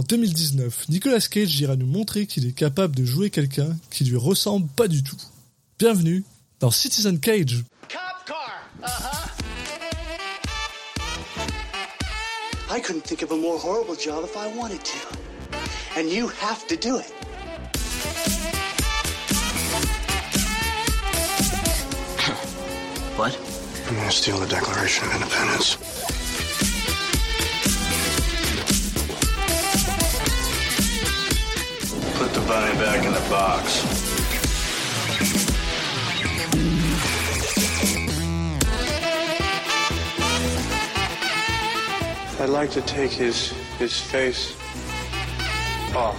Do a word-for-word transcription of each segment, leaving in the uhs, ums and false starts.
deux mille dix-neuf, Nicolas Cage ira nous montrer qu'il est capable de jouer quelqu'un qui lui ressemble pas du tout. Bienvenue dans Citizen Cage. Cop car. Uh-huh. I couldn't think of a more horrible job if I wanted to. And you have to do it. What? I'm gonna steal the Declaration of Independence. Put the bunny back in the box. I'd like to take his his face off.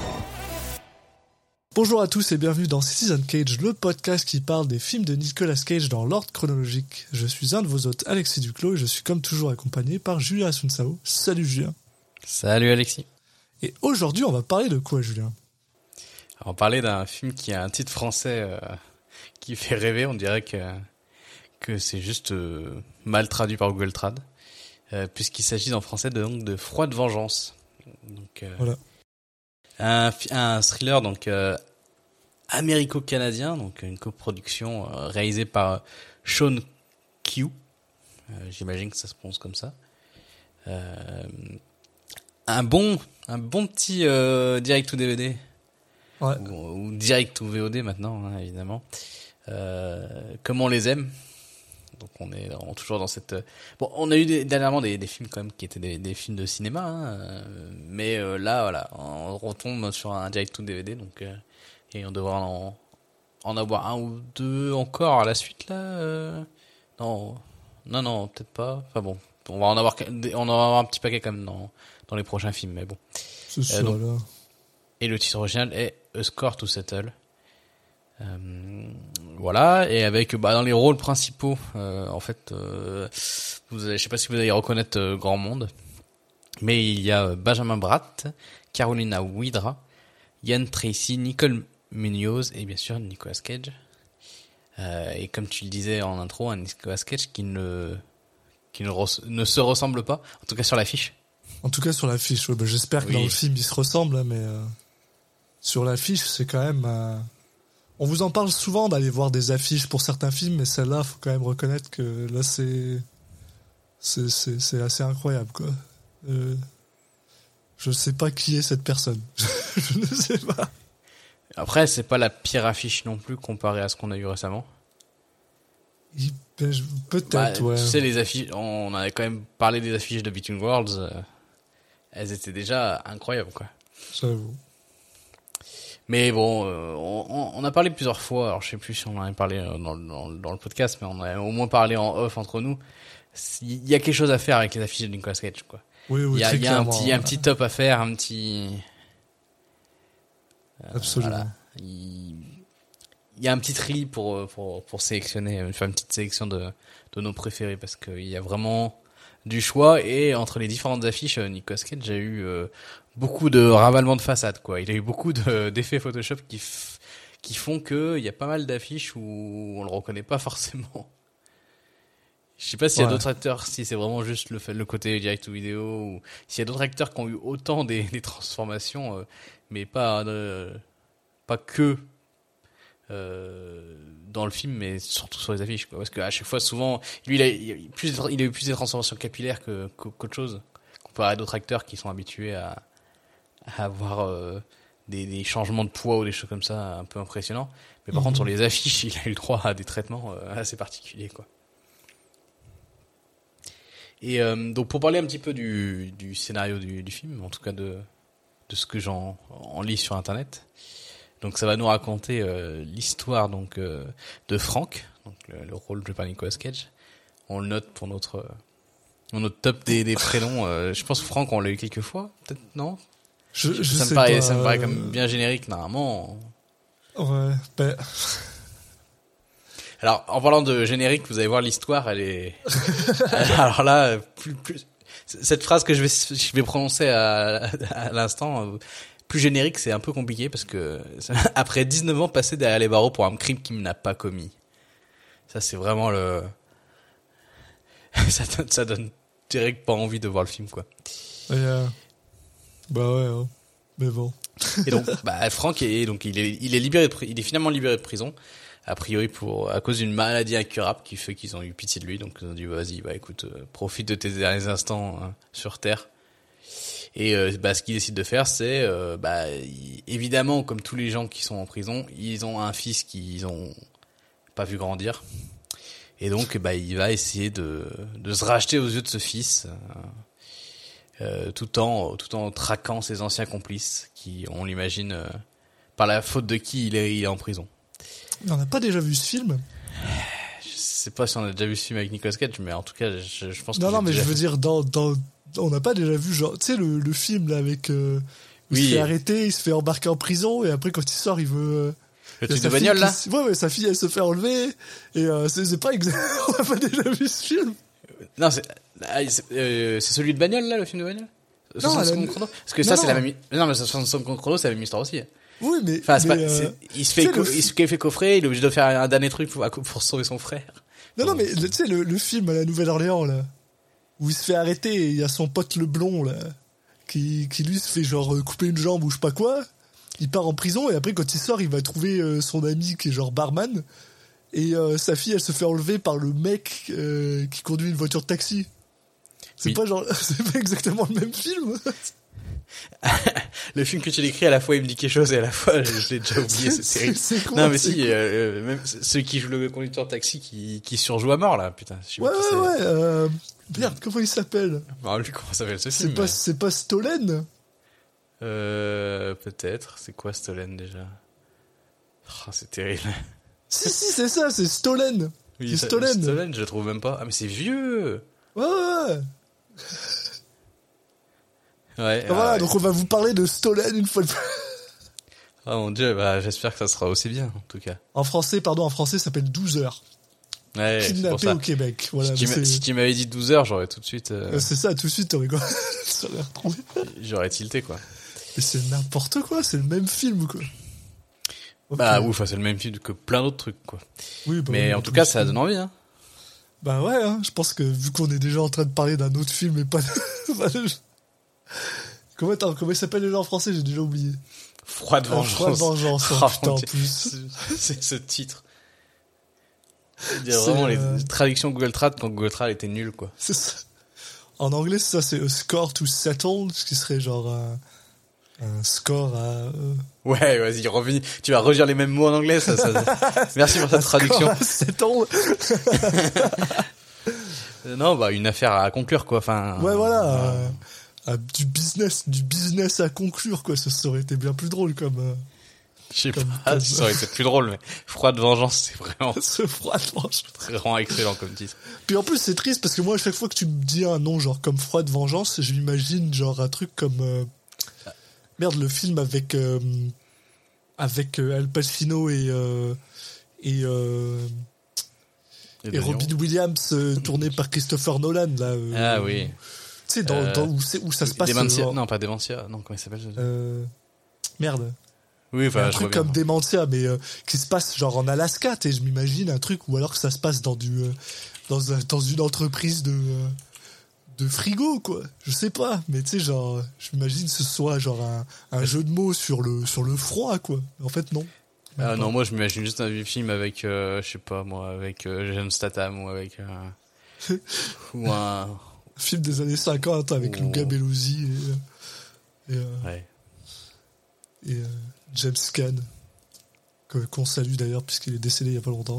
Bonjour à tous et bienvenue dans Citizen Cage, le podcast qui parle des films de Nicolas Cage dans l'ordre chronologique. Je suis un de vos hôtes, Alexis Duclos, et je suis comme toujours accompagné par Julien Asunsao. Salut Julien. Salut Alexis. Et aujourd'hui, on va parler de quoi, Julien ? On va parler d'un film qui a un titre français euh, qui fait rêver. On dirait que que c'est juste euh, mal traduit par Google Trad, euh, puisqu'il s'agit en français de donc de Froide Vengeance. Donc euh, voilà. Un, un thriller donc euh, américo-canadien, donc une coproduction euh, réalisée par Sean Q. Euh, j'imagine que ça se prononce comme ça. Euh, un bon, un bon petit euh, direct to D V D, ouais. ou, ou direct to V O D maintenant, hein, évidemment. Euh, comme on les aime. Donc on est on, toujours dans cette. Bon, on a eu des, dernièrement des, des films quand même qui étaient des, des films de cinéma, hein, euh, mais euh, là voilà, on retombe sur un direct to D V D, donc euh, et on devra en, en avoir un ou deux encore à la suite là. Euh, non, non, non, peut-être pas. Enfin bon, on va en avoir, on en avoir un petit paquet quand même dans dans les prochains films, mais bon. C'est ça, euh, donc, là. Et le titre original est A Score to Settle. Euh, voilà, et avec bah dans les rôles principaux, euh, en fait, euh, vous avez, je sais pas si vous allez reconnaître euh, grand monde, mais il y a Benjamin Bratt, Carolina Widra, Ian Tracy, Nicole Munoz et bien sûr Nicolas Cage. Euh, et comme tu le disais en intro, un Nicolas Cage qui ne qui ne, res, ne se ressemble pas, en tout cas sur l'affiche. En tout cas sur l'affiche, ouais, bah, j'espère que oui. dans le film il se ressemble, mais euh, sur l'affiche c'est quand même. Euh... On vous en parle souvent d'aller voir des affiches pour certains films, mais celle-là, faut quand même reconnaître que là, c'est c'est c'est, c'est assez incroyable, quoi. Euh... Je sais pas qui est cette personne. Je ne sais pas. Après, c'est pas la pire affiche non plus comparée à ce qu'on a eu récemment. Il... Ben, je... Peut-être, bah, ouais. Tu sais, les affiches, on avait quand même parlé des affiches de Between Worlds. Euh, elles étaient déjà incroyables, quoi. J'avoue. Mais bon, euh, on, on a parlé plusieurs fois, alors je sais plus si on en a parlé dans, dans, dans le podcast, mais on a au moins parlé en off entre nous. Il y a quelque chose à faire avec les affiches de Nicolas Cage, quoi. Oui, oui, il y a, très il y a un petit, ouais. un petit top à faire, un petit. Euh, Absolument. Voilà. Il, il y a un petit tri pour pour pour sélectionner, faire une petite sélection de de nos préférés, parce qu'il y a vraiment du choix, et entre les différentes affiches, Nicolas Cage a eu euh, beaucoup de ravalements de façade, quoi. Il a eu beaucoup de, d'effets Photoshop qui f- qui font que il y a pas mal d'affiches où on le reconnaît pas forcément. Je sais pas s'il y a ouais. d'autres acteurs, si c'est vraiment juste le fait, le côté direct to vidéo, ou s'il y a d'autres acteurs qui ont eu autant des, des transformations, euh, mais pas euh, pas que euh, dans le film, mais surtout sur les affiches, quoi. Parce que à chaque fois, souvent, lui, il a, il a, plus, il a eu plus de transformations capillaires que, qu'autre chose, comparé à d'autres acteurs qui sont habitués à, à avoir euh, des, des changements de poids ou des choses comme ça un peu impressionnants. Mais par mm-hmm. contre, sur les affiches, il a eu le droit à des traitements euh, assez particuliers, quoi. Et euh, donc, pour parler un petit peu du, du scénario du, du film, en tout cas de, de ce que j'en en lis sur Internet. Donc ça va nous raconter euh, l'histoire donc euh, de Frank, donc le, le rôle joué par Nicolas Cage. On le note pour notre euh, notre top des, des prénoms. Euh, je pense que Frank on l'a eu quelques fois, peut-être non. Je, je ça sais me paraît pas, ça me paraît euh... comme bien générique normalement. Ouais. Ben... Alors en parlant de générique, vous allez voir l'histoire, elle est. Alors là, plus plus cette phrase que je vais je vais prononcer à, à l'instant. Plus générique, c'est un peu compliqué parce que après dix-neuf ans passés derrière les barreaux pour un crime qu'il n'a pas commis. Ça, c'est vraiment le... ça donne, ça donne direct pas envie de voir le film, quoi. Et euh... Bah ouais, hein. Mais bon. Et donc, bah, Frank est, donc, il est, il est libéré de, pri- il est finalement libéré de prison. A priori pour, à cause d'une maladie incurable qui fait qu'ils ont eu pitié de lui. Donc, ils ont dit, vas-y, bah, écoute, euh, profite de tes derniers instants hein, sur Terre. Et, euh, bah, ce qu'ils décident de faire, c'est, euh, bah, il- évidemment, comme tous les gens qui sont en prison, ils ont un fils qu'ils ont pas vu grandir. Et donc, bah, il va essayer de, de se racheter aux yeux de ce fils. Euh, Euh, tout en tout en traquant ses anciens complices qui, on l'imagine, euh, par la faute de qui il est, il est en prison. On n'a pas déjà vu ce film? Je sais pas si on a déjà vu ce film avec Nicolas Cage, mais en tout cas, je, je pense que Non, non, j'ai mais déjà je veux fait. dire, dans, dans, on n'a pas déjà vu, genre, tu sais, le, le film, là, avec, euh, il Oui. se fait arrêter, il se fait embarquer en prison, et après, quand il sort, il veut, euh, Le il y a truc sa de bagnole, fille là? qui- Ouais, ouais, sa fille, elle se fait enlever, et, euh, c'est, c'est pas exactement, on n'a pas déjà vu ce film. Non, c'est, ah, c'est, euh, c'est celui de bagnole, là, le film de bagnole? soixante elle a- secondes chrono? Parce que Non, ça, c'est non. la même, non, mais soixante secondes chrono, c'est la même histoire aussi. Oui, mais, Enfin, c'est mais, pas, euh, c'est, il se tu fait, sais, co- le il se fait coffrer, il est obligé de faire un dernier truc pour, pour sauver son frère. non, non, mais, tu sais, le, le film à la Nouvelle-Orléans, là, où il se fait arrêter, et il y a son pote le blond, là, qui, qui lui se fait, genre, euh, couper une jambe ou je sais pas quoi, il part en prison, et après, quand il sort, il va trouver euh, son ami qui est genre barman, et euh, sa fille, elle se fait enlever par le mec euh, qui conduit une voiture de taxi. C'est Oui. pas genre, c'est pas exactement le même film. Le film que tu décris, à la fois, il me dit quelque chose, et à la fois, je, je l'ai déjà oublié, c'est C'est- terrible. c'est quoi, Non, mais c'est si, euh, euh, même celui qui joue le conducteur de taxi qui, qui surjoue à mort, là, putain. Je sais Ouais, pas qui ouais, c'est. ouais. Euh... Merde, comment il s'appelle? Alors, lui, comment s'appelle ce C'est film? pas, c'est pas Stolen? Euh, peut-être. C'est quoi Stolen, déjà? Oh, c'est terrible. Si, si, c'est ça, c'est Stolen. Oui, C'est ça- Stolen. Stolen, je le trouve même pas. Ah, mais c'est vieux! Ouais, ouais, ouais. Ouais. Ah, voilà, ouais. donc on va vous parler de Stolen une fois de plus. Oh mon dieu, bah, j'espère que ça sera aussi bien, en tout cas. En français, pardon, en français, ça s'appelle douze heures. Ouais, c'est pour Kidnappé ça. au Québec. Voilà, si tu mais m'a- c'est, si tu m'avais dit douze heures, j'aurais tout de suite, euh, euh, c'est ça, tout de suite, t'aurais quoi? Ça aurait retrouvé. j'aurais tilté, quoi. Mais c'est n'importe quoi, c'est le même film, quoi. Ok. Bah, oui, enfin, c'est le même film que plein d'autres trucs, quoi. Oui, bah Mais oui, en en tout plus, cas, ça euh, donne envie, hein. Bah ouais, hein, je pense que vu qu'on est déjà en train de parler d'un autre film et pas de... pas de- Comment, attends, comment il s'appelle déjà en français? J'ai déjà oublié. Froid de Ah, vengeance. Froid de vengeance, oh, Oh, putain, mon en Dieu. plus. C'est- C'est ce titre. Il y C'est, a vraiment euh, les traductions Google Trad quand Google Trad était nul, quoi. C'est ça. En anglais, c'est ça, c'est a score to settle, ce qui serait genre un, un score à... euh, Ouais, vas-y, reviens. Tu vas redire les mêmes mots en anglais, ça, ça... Merci pour cette traduction. Score à settle. Euh, Non, bah, une affaire à conclure, quoi. Enfin. Ouais, voilà. euh, euh, euh, du business, du business à conclure, quoi. Ça, ça aurait été bien plus drôle, comme, euh, Je sais comme- pas comme- si ça aurait été plus drôle, mais Froid de vengeance, c'est vraiment, ce froid de vengeance. vraiment excellent comme titre. Puis en plus, c'est triste parce que moi, à chaque fois que tu me dis un nom, genre comme Froid de vengeance, je m'imagine genre un truc comme, euh, merde, le film avec, euh, avec euh, Al Pacino et, euh, et, euh, Et et de Robin Williams, euh, tourné par Christopher Nolan, là. euh, Ah oui. Tu sais, dans, Euh, dans où, c'est, où ça se passe. Dementia. euh, genre, Non, pas Dementia. Non, comment il s'appelle? ce- euh, merde. Oui, Il y a enfin, un je truc vois bien. comme Dementia, mais euh, qui se passe genre en Alaska, tu sais, je m'imagine un truc, ou alors que ça se passe dans du, euh, dans, un- dans une entreprise de, euh, de frigo, quoi. Je sais pas, mais tu sais, genre, je m'imagine que ce soit genre un, un jeu de mots sur le, sur le froid, quoi. En fait, non. Même Ah pas. non, moi je m'imagine juste un vieux film avec, euh, je sais pas moi, avec euh, Jason Statham ou avec euh, ou un, Un film des années cinquante avec Oh. Luca Bellosi et, euh, et, euh, ouais. et, euh, James Caan, que, qu'on salue d'ailleurs puisqu'il est décédé il y a pas longtemps.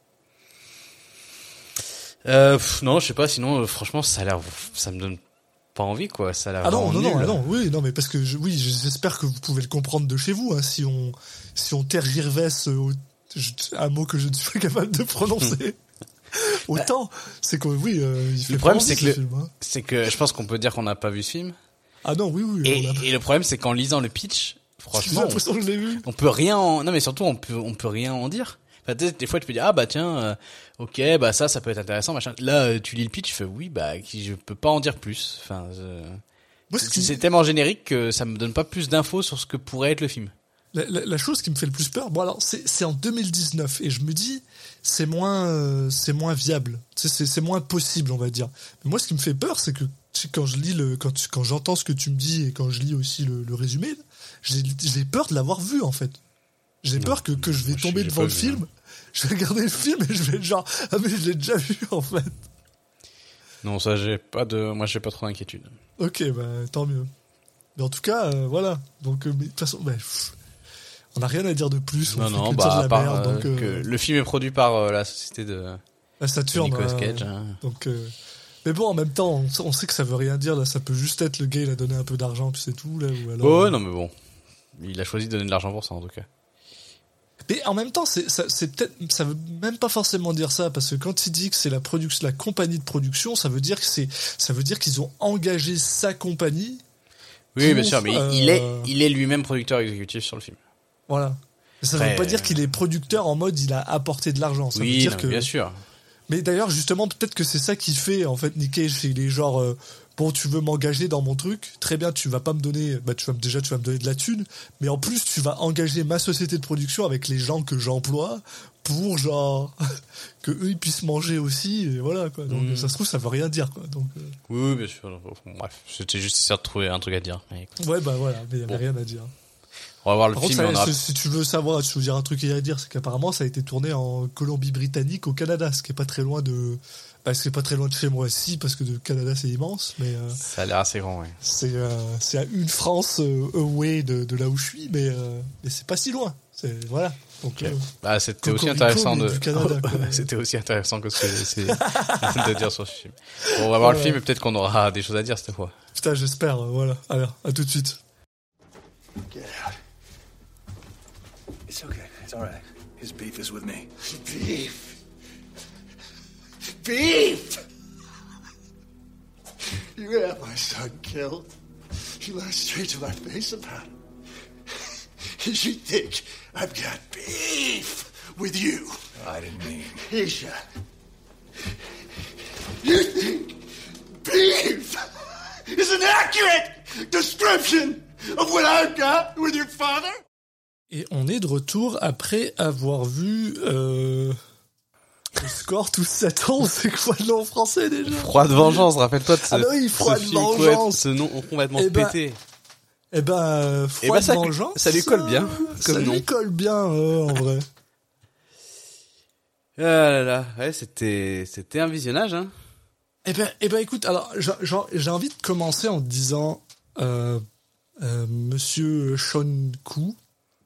Euh, pff, non, je sais pas. Sinon, euh, franchement, ça a l'air, ça me donne pas envie, quoi. Ça a l'air Ah non, vraiment non, non, nul. ah non, oui, non, mais parce que je, oui, j'espère que vous pouvez le comprendre de chez vous, hein, si on, si on tergiverse au- je- un mot que je ne suis pas capable de prononcer. Autant, c'est que oui, euh, il fait Le problème, pas c'est envie, que ce le- film, hein. C'est que je pense qu'on peut dire qu'on n'a pas vu ce film. Ah non, oui, oui, Et, on a et le problème, c'est qu'en lisant le pitch, j'ai franchement, l'impression que je l'ai vu. on peut rien en... non mais surtout on peut on peut rien en dire. Enfin, tu sais, des fois tu peux dire ah bah tiens euh, ok bah ça ça peut être intéressant machin. Là euh, tu lis le pitch, tu fais oui bah qui- je peux pas en dire plus. Enfin je- Moi, ce c'est qui- c'est tellement générique que ça me donne pas plus d'infos sur ce que pourrait être le film. la, la, la chose qui me fait le plus peur, bon alors c'est, c'est en deux mille dix-neuf et je me dis c'est moins euh, c'est moins viable, c'est, c'est c'est moins possible on va dire. Mais moi ce qui me fait peur c'est que quand je lis le quand tu, quand j'entends ce que tu me dis et quand je lis aussi le, le résumé, là, j'ai j'ai peur de l'avoir vu en fait. J'ai non, peur que que je vais tomber devant le film, vu. Je vais regarder le film et je vais être genre ah mais je l'ai déjà vu en fait. Non ça j'ai pas de moi j'ai pas trop d'inquiétude. Ok bah tant mieux. Mais en tout cas euh, voilà donc euh, mais de toute façon bah, pff, on n'a rien à dire de plus. Non, on non, fait que bah, de la à part, merde, euh, donc, euh, que le film est produit par euh, la société de, la Saturn, de Nicolas euh, Cage. Hein. Donc, euh, mais bon, en même temps, on, on sait que ça veut rien dire. Là, ça peut juste être le gars, il a donné un peu d'argent, puis c'est tout. Là, ou alors, oh, ouais, euh... non, mais bon. Il a choisi de donner de l'argent pour ça, en tout cas. Mais en même temps, c'est, ça, c'est peut-être, ça veut même pas forcément dire ça, parce que quand il dit que c'est la production, la compagnie de production, ça veut dire que c'est, ça veut dire qu'ils ont engagé sa compagnie. Oui, pour, bien sûr, mais euh... il est, il est lui-même producteur exécutif sur le film. Voilà. Ça Après, veut pas dire qu'il est producteur en mode il a apporté de l'argent. Ça oui, veut dire non, que... bien sûr. Mais d'ailleurs, justement, peut-être que c'est ça qu'il fait, en fait, Nick Cage. Il est genre, euh, bon, tu veux m'engager dans mon truc, très bien, tu vas pas me donner, bah, tu vas, déjà, tu vas me donner de la thune, mais en plus, tu vas engager ma société de production avec les gens que j'emploie pour, genre, que eux, ils puissent manger aussi, et voilà, quoi. Donc, mmh. ça se trouve, ça veut rien dire, quoi. Donc, euh... oui, oui, bien sûr. Bref, c'était juste essayer de trouver un truc à dire. Mais... ouais, bah voilà, mais il y avait bon. rien à dire. On va voir le Par film. contre, ça, on a... si tu veux savoir, je veux dire un truc à dire, c'est qu'apparemment ça a été tourné en Colombie-Britannique au Canada, ce qui est pas très loin de, bah, ce qui est pas très loin de chez moi, si, parce que le Canada c'est immense, mais euh, ça a l'air assez grand, ouais. C'est euh, c'est à une France euh, away de, de là où je suis, mais euh, mais c'est pas si loin. C'est voilà. Donc okay. euh, bah, c'était aussi intéressant de. Canada, c'était aussi intéressant que ce que j'essaie de dire sur ce film. Bon, on va voir ouais. le film et peut-être qu'on aura des choses à dire cette fois. Putain, j'espère. Euh, voilà. Alors, à tout de suite. Get out. It's okay. It's all right. His beef is with me. Beef. Beef. You have my son killed. You lied straight to my face about it. You think I've got beef with you? I didn't mean. Isha. You think beef is an accurate description of what I've got with your father? Et on est de retour après avoir vu euh, le score tous sept ans. C'est quoi le nom en français déjà? Froid de vengeance, rappelle-toi de ce, ah bah oui, Froid ce de vengeance. Ce nom complètement eh ben, pété. Eh ben, Froid eh ben, de ça, vengeance. Ça lui colle bien. Comme ça nom. lui colle bien, euh, en vrai. Ah là là, ouais, c'était, c'était un visionnage, hein. Eh ben, eh ben, écoute, alors, j'ai, j'ai envie de commencer en disant, euh, euh, Monsieur Sean Koo.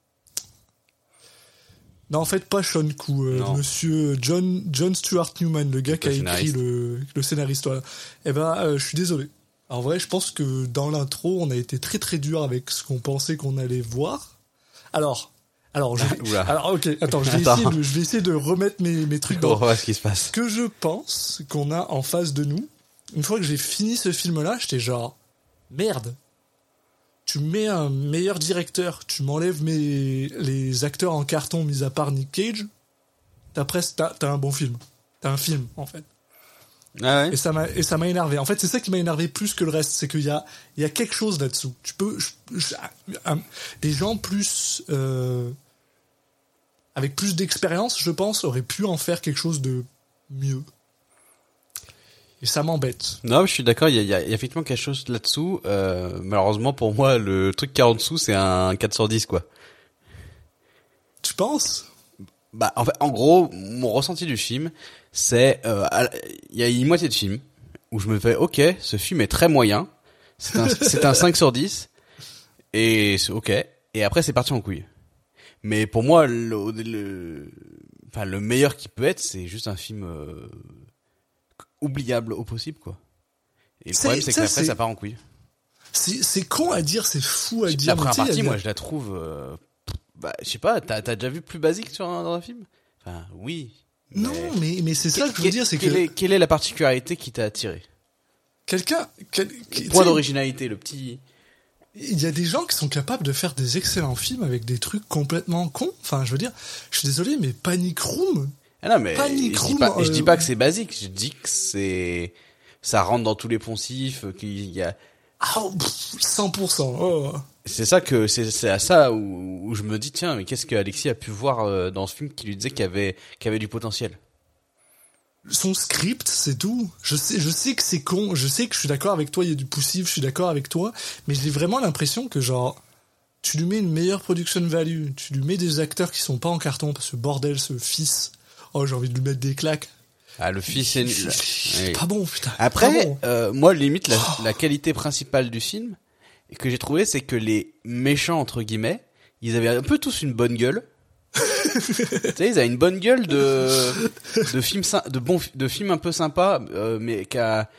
Non, en fait, pas Sean Koo, euh, Monsieur John John Stuart Newman, le gars qui a écrit le, le scénariste. Voilà. Eh ben, euh, je suis désolé. En vrai, je pense que dans l'intro, on a été très très dur avec ce qu'on pensait qu'on allait voir. Alors, alors, je vais, alors, ok, attends, je vais attends. essayer de, je vais essayer de remettre mes mes trucs dans. On voit ce qui se passe. Ce que je pense qu'on a en face de nous, une fois que j'ai fini ce film-là, j'étais genre merde. Tu mets un meilleur directeur, tu m'enlèves mes les acteurs en carton, mis à part Nick Cage, t'as presque t'as, t'as un bon film, t'as un film en fait. Ah ouais. Et ça m'a et ça m'a énervé. En fait, c'est ça qui m'a énervé plus que le reste, c'est qu'il y a il y a quelque chose là-dessous. Tu peux je, je, un, des gens plus euh, avec plus d'expérience, je pense, auraient pu en faire quelque chose de mieux. Et ça m'embête. Non, je suis d'accord, il y a, il y a effectivement quelque chose là-dessous. Euh, malheureusement, pour moi, le truc qui est en dessous, c'est un quatre sur dix, quoi. Tu penses? Bah, en fait, en gros, mon ressenti du film, c'est... Euh, il y a une moitié de film où je me fais, ok, ce film est très moyen, c'est un, c'est un cinq sur dix, et c'est ok, et après, c'est parti en couille. Mais pour moi, le, le, enfin, le meilleur qui peut être, c'est juste un film... Euh, oubliable au possible, quoi. Et le c'est, problème, c'est ça, qu'après, c'est... ça part en couille. C'est, c'est con à dire, c'est fou à dire. La première partie, moi, je la trouve, euh, bah, je sais pas, t'as, t'as déjà vu plus basique sur un, dans un film? Enfin, oui. Mais... Non, mais, mais c'est ça que je veux dire, c'est quelle que... Est, quelle est la particularité qui t'a attiré? Quelqu'un, quel, le point d'originalité, le petit... Il y a des gens qui sont capables de faire des excellents films avec des trucs complètement cons. Enfin, je veux dire, je suis désolé, mais Panic Room... Ah non, mais je dis, pas, euh... je dis pas que c'est basique, je dis que c'est, ça rentre dans tous les poncifs, qu'il y a... Ah, pff, cent pour cent, oh. c'est ça que c'est c'est à ça où, où je me dis tiens mais qu'est-ce que Alexis a pu voir euh, dans ce film qui lui disait qu'il y avait qu'il y avait du potentiel. Son script, c'est tout. Je sais, je sais que c'est con. Je sais que je suis d'accord avec toi. Il y a du poussif. Je suis d'accord avec toi. Mais j'ai vraiment l'impression que genre, tu lui mets une meilleure production value. Tu lui mets des acteurs qui sont pas en carton parce que bordel, ce fils. Oh, j'ai envie de lui mettre des claques. Ah, le fils est nul. C'est pas bon, putain. Après, pas bon. euh, moi limite la, la qualité principale du film que j'ai trouvé, c'est que les méchants entre guillemets, ils avaient un peu tous une bonne gueule. Tu sais, ils avaient une bonne gueule de de films de bons de films un peu sympas, euh, mais qui a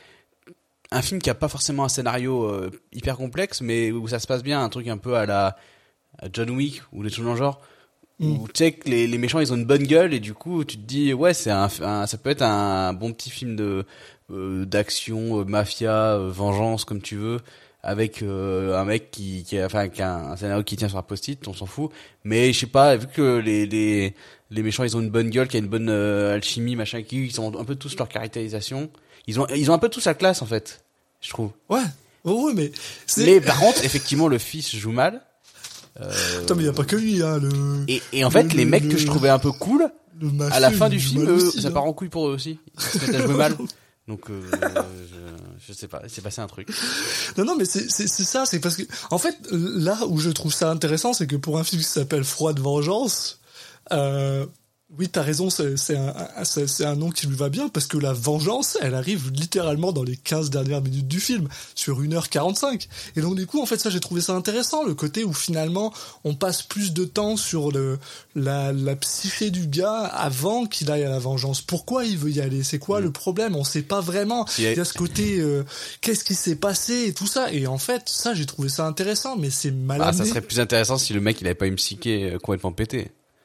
un film qui a pas forcément un scénario euh, hyper complexe, mais où ça se passe bien, un truc un peu à la à John Wick ou des trucs dans le genre. Mm. Où tu sais que les les méchants ils ont une bonne gueule et du coup tu te dis ouais c'est un, un ça peut être un bon petit film de euh, d'action, euh, mafia, euh, vengeance comme tu veux. Avec euh, un mec qui, qui a, enfin, qui a un scénario qui tient sur un post-it, on s'en fout. Mais je sais pas, vu que les les les méchants ils ont une bonne gueule, qu'il y a une bonne euh, alchimie, machin, qui ils ont un peu tous leur caractérisation. Ils ont ils ont un peu tous la classe en fait, je trouve. Ouais, oh, ouais, mais c'est... mais par contre, effectivement, le fils joue mal. Euh... Attends, mais y a pas que lui, hein. Le... Et et en fait, le, les mecs le, que je trouvais un peu cool, mafieux, à la fin du film, eux, aussi, ça hein. part en couille pour eux aussi. Ils se mettent à jouer mal. Donc euh, je, je sais pas, il s'est passé un truc. Non non mais c'est c'est c'est ça, c'est parce que en fait là où je trouve ça intéressant, c'est que pour un film qui s'appelle Froide Vengeance, euh oui, t'as raison, c'est, c'est, un, c'est, c'est un nom qui lui va bien, parce que la vengeance, elle arrive littéralement dans les quinze dernières minutes du film, sur une heure quarante-cinq. Et donc du coup, en fait, ça, j'ai trouvé ça intéressant, le côté où finalement, on passe plus de temps sur le, la, la psyché du gars avant qu'il aille à la vengeance. Pourquoi il veut y aller? C'est quoi mmh. le problème? On sait pas vraiment. Il y a ce côté, euh, qu'est-ce qui s'est passé et tout ça. Et en fait, ça, j'ai trouvé ça intéressant, mais c'est mal bah, amené. Ça serait plus intéressant si le mec, il avait pas une psyché complètement pétée.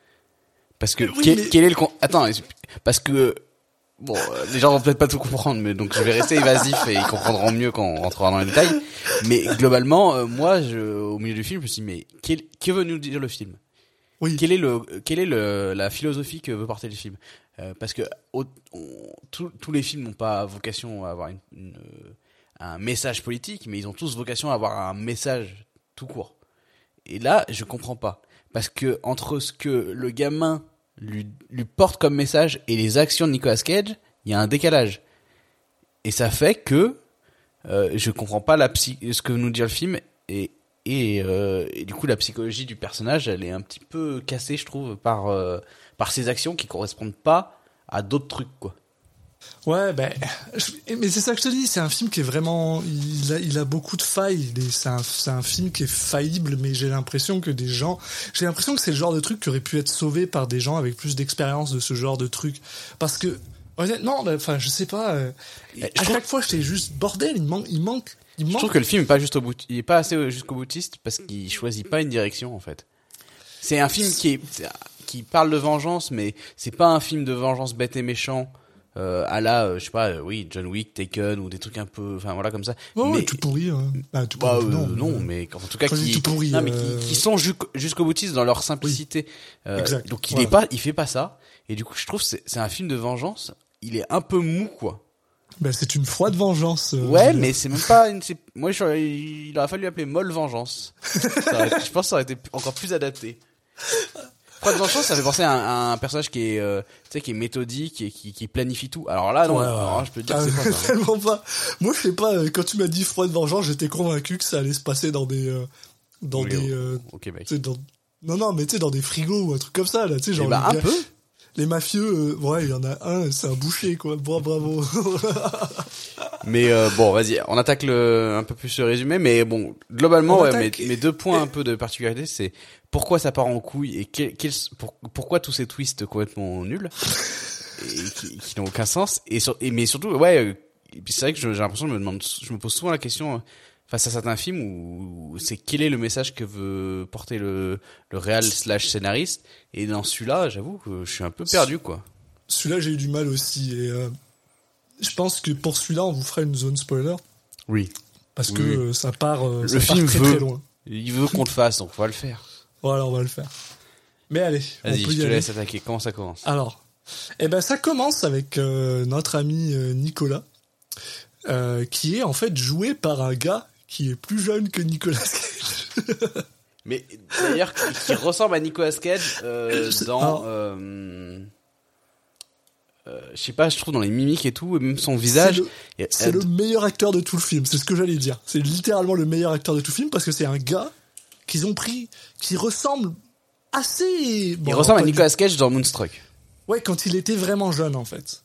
Parce que oui, quel, mais... quel est le con... attends parce que bon les gens vont peut-être pas tout comprendre mais donc je vais rester évasif et ils comprendront mieux quand on rentrera dans les détails mais globalement euh, moi je au milieu du film je me suis dit mais quel que veut nous dire le film oui. quel est le quelle est le la philosophie que veut porter le film euh, parce que au, on, tous tous les films n'ont pas vocation à avoir une, une, un message politique mais ils ont tous vocation à avoir un message tout court et là je comprends pas. Parce que entre ce que le gamin lui, lui porte comme message et les actions de Nicolas Cage, il y a un décalage. Et ça fait que euh, je comprends pas la psy- ce que nous dit le film et et, euh, et du coup la psychologie du personnage, elle est un petit peu cassée, je trouve, par euh, par ses actions qui correspondent pas à d'autres trucs quoi. Ouais, ben, je, mais c'est ça que je te dis, c'est un film qui est vraiment, il a, il a beaucoup de failles, c'est un, c'est un film qui est faillible, mais j'ai l'impression que des gens, j'ai l'impression que c'est le genre de truc qui aurait pu être sauvé par des gens avec plus d'expérience de ce genre de truc. Parce que, honnêtement, enfin, je sais pas, euh, à chaque trouve... fois, j'étais juste, bordel, il manque, il manque, il manque. Je trouve que le film est pas juste au bout, il est pas assez jusqu'au boutiste parce qu'il choisit pas une direction, en fait. C'est un film qui est, qui parle de vengeance, mais c'est pas un film de vengeance bête et méchant. Euh, à la, euh, je sais pas, euh, oui, John Wick, Taken ou des trucs un peu, enfin voilà comme ça. Oh, mais ouais, tout pourri. Hein. Ah, tout bah, pourri euh, non, non, mais, mais en tout cas qui, qui, pourri, non, mais euh... qui, qui sont jusqu'au, jusqu'au boutiste dans leur simplicité. Oui, euh, exact. Donc il voilà. est pas, il fait pas ça. Et du coup, je trouve que c'est, c'est un film de vengeance. Il est un peu mou, quoi. Ben c'est une froide vengeance. Euh, ouais, mais c'est même pas une. C'est, moi, je, il aurait fallu l'appeler molle vengeance. Ça aurait, je pense que ça aurait été encore plus adapté. Froide vengeance, ça fait penser à un, à un personnage qui est, euh, tu sais, qui est méthodique et qui, qui planifie tout. Alors là, non, ouais, ouais. Alors, je peux te dire, ah, que c'est pas ça. Tellement pas. Moi, je sais pas. Quand tu m'as dit froide vengeance, j'étais convaincu que ça allait se passer dans des, euh, dans oui, des, euh, au Québec. Dans... Non, non, mais tu sais, dans des frigos ou un truc comme ça, là, tu sais, genre. Eh bah, un gars... peu. Les mafieux, euh, ouais, il y en a un, c'est un boucher, quoi. Bon, bravo. Mais euh, bon, vas-y, on attaque le un peu plus le résumé, mais bon, globalement, ouais, mes, mes deux points un peu de particularité, c'est pourquoi ça part en couille et quel, quel, pour, pourquoi tous ces twists complètement nuls et qui, qui n'ont aucun sens et, sur, et mais surtout, ouais, euh, et puis c'est vrai que je, j'ai l'impression de me demande, je me pose souvent la question. Euh, face à certains films où c'est quel est le message que veut porter le le réal slash scénariste et dans celui-là j'avoue que je suis un peu perdu quoi. Celui-là j'ai eu du mal aussi et euh, je pense que pour celui-là on vous fera une zone spoiler. Oui. Parce oui, que oui. Euh, ça part euh, le ça film part très veut, très loin. Il veut qu'on le fasse donc on va le faire. Voilà on va le faire. Mais allez, vas-y, on peut y je te aller. laisse attaquer. Comment ça commence? Alors, eh ben ça commence avec euh, notre ami euh, Nicolas euh, qui est en fait joué par un gars qui est plus jeune que Nicolas Cage. Mais d'ailleurs, qui, qui ressemble à Nicolas Cage euh, dans, Alors, euh, euh, je sais pas, je trouve dans les mimiques et tout, et même son visage. C'est le, et- c'est euh, le meilleur acteur de tout le film, c'est ce que j'allais dire. C'est littéralement le meilleur acteur de tout le film parce que c'est un gars qu'ils ont pris, qui ressemble assez... Bon, il ressemble à pas du- Nicolas Cage dans Moonstruck. Ouais, quand il était vraiment jeune en fait.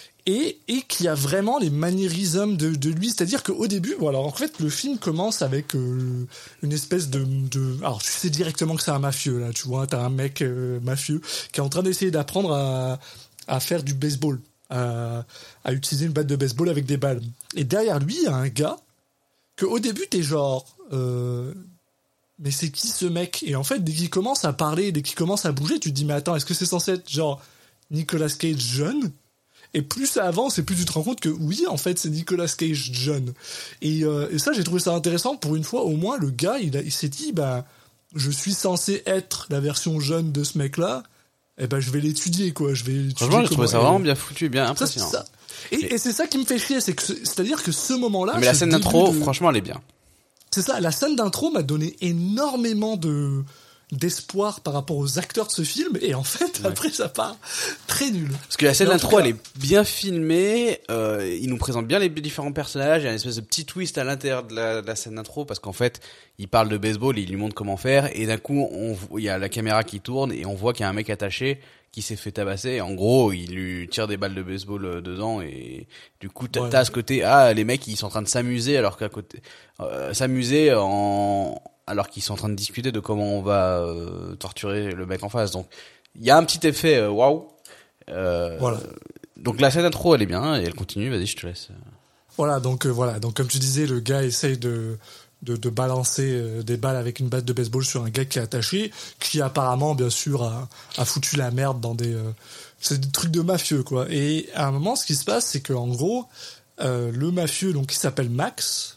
Et, et qui a vraiment les maniérismes de, de lui. C'est-à-dire qu'au début, bon alors en fait le film commence avec euh, une espèce de, de... Alors tu sais directement que c'est un mafieux là, tu vois, t'as un mec euh, mafieux qui est en train d'essayer d'apprendre à, à faire du baseball, à, à utiliser une batte de baseball avec des balles. Et derrière lui, il y a un gars que au début t'es genre... Euh, mais c'est qui ce mec? Et en fait, dès qu'il commence à parler, dès qu'il commence à bouger, tu te dis mais attends, est-ce que c'est censé être genre Nicolas Cage jeune? Et plus ça avance, et plus tu te rends compte que oui, en fait, c'est Nicolas Cage jeune. Et, euh, et ça, j'ai trouvé ça intéressant. Pour une fois, au moins, le gars, il, a, il s'est dit, bah, je suis censé être la version jeune de ce mec-là. Et ben, je vais l'étudier, quoi. Je vais étudier Franchement, j'ai trouvé comment- ça vraiment bien foutu et bien Ça, impressionnant. c'est ça. Et, et c'est ça qui me fait chier, c'est que, ce- c'est-à-dire que ce moment-là, Mais la ce scène début d'intro, de- franchement, elle est bien. c'est ça, la scène d'intro m'a donné énormément de d'espoir par rapport aux acteurs de ce film, et en fait, Ouais. après, ça part très nul. Parce que la scène Mais en d'intro, tout cas- elle est bien filmée, euh, il nous présente bien les différents personnages, il y a une espèce de petit twist à l'intérieur de la, de la scène d'intro, parce qu'en fait, il parle de baseball et il lui montre comment faire, et d'un coup, on, vo- il y a la caméra qui tourne, et on voit qu'il y a un mec attaché qui s'est fait tabasser, et en gros, il lui tire des balles de baseball euh, dedans, et du coup, t'as Ouais. t'as ce côté, ah, les mecs, ils sont en train de s'amuser, alors qu'à côté, euh, s'amuser en, alors qu'ils sont en train de discuter de comment on va euh, torturer le mec en face, donc, il y a un petit effet, euh, waouh. Euh, Voilà. Donc la scène d'intro elle est bien et elle continue, vas-y je te laisse. Voilà, donc euh, voilà, donc comme tu disais, le gars essaye de de, de balancer euh, des balles avec une batte de baseball sur un gars qui est attaché, qui apparemment, bien sûr, a, a foutu la merde dans des euh, c'est des trucs de mafieux, quoi. Et à un moment, ce qui se passe, c'est que en gros, euh, le mafieux, donc qui s'appelle Max.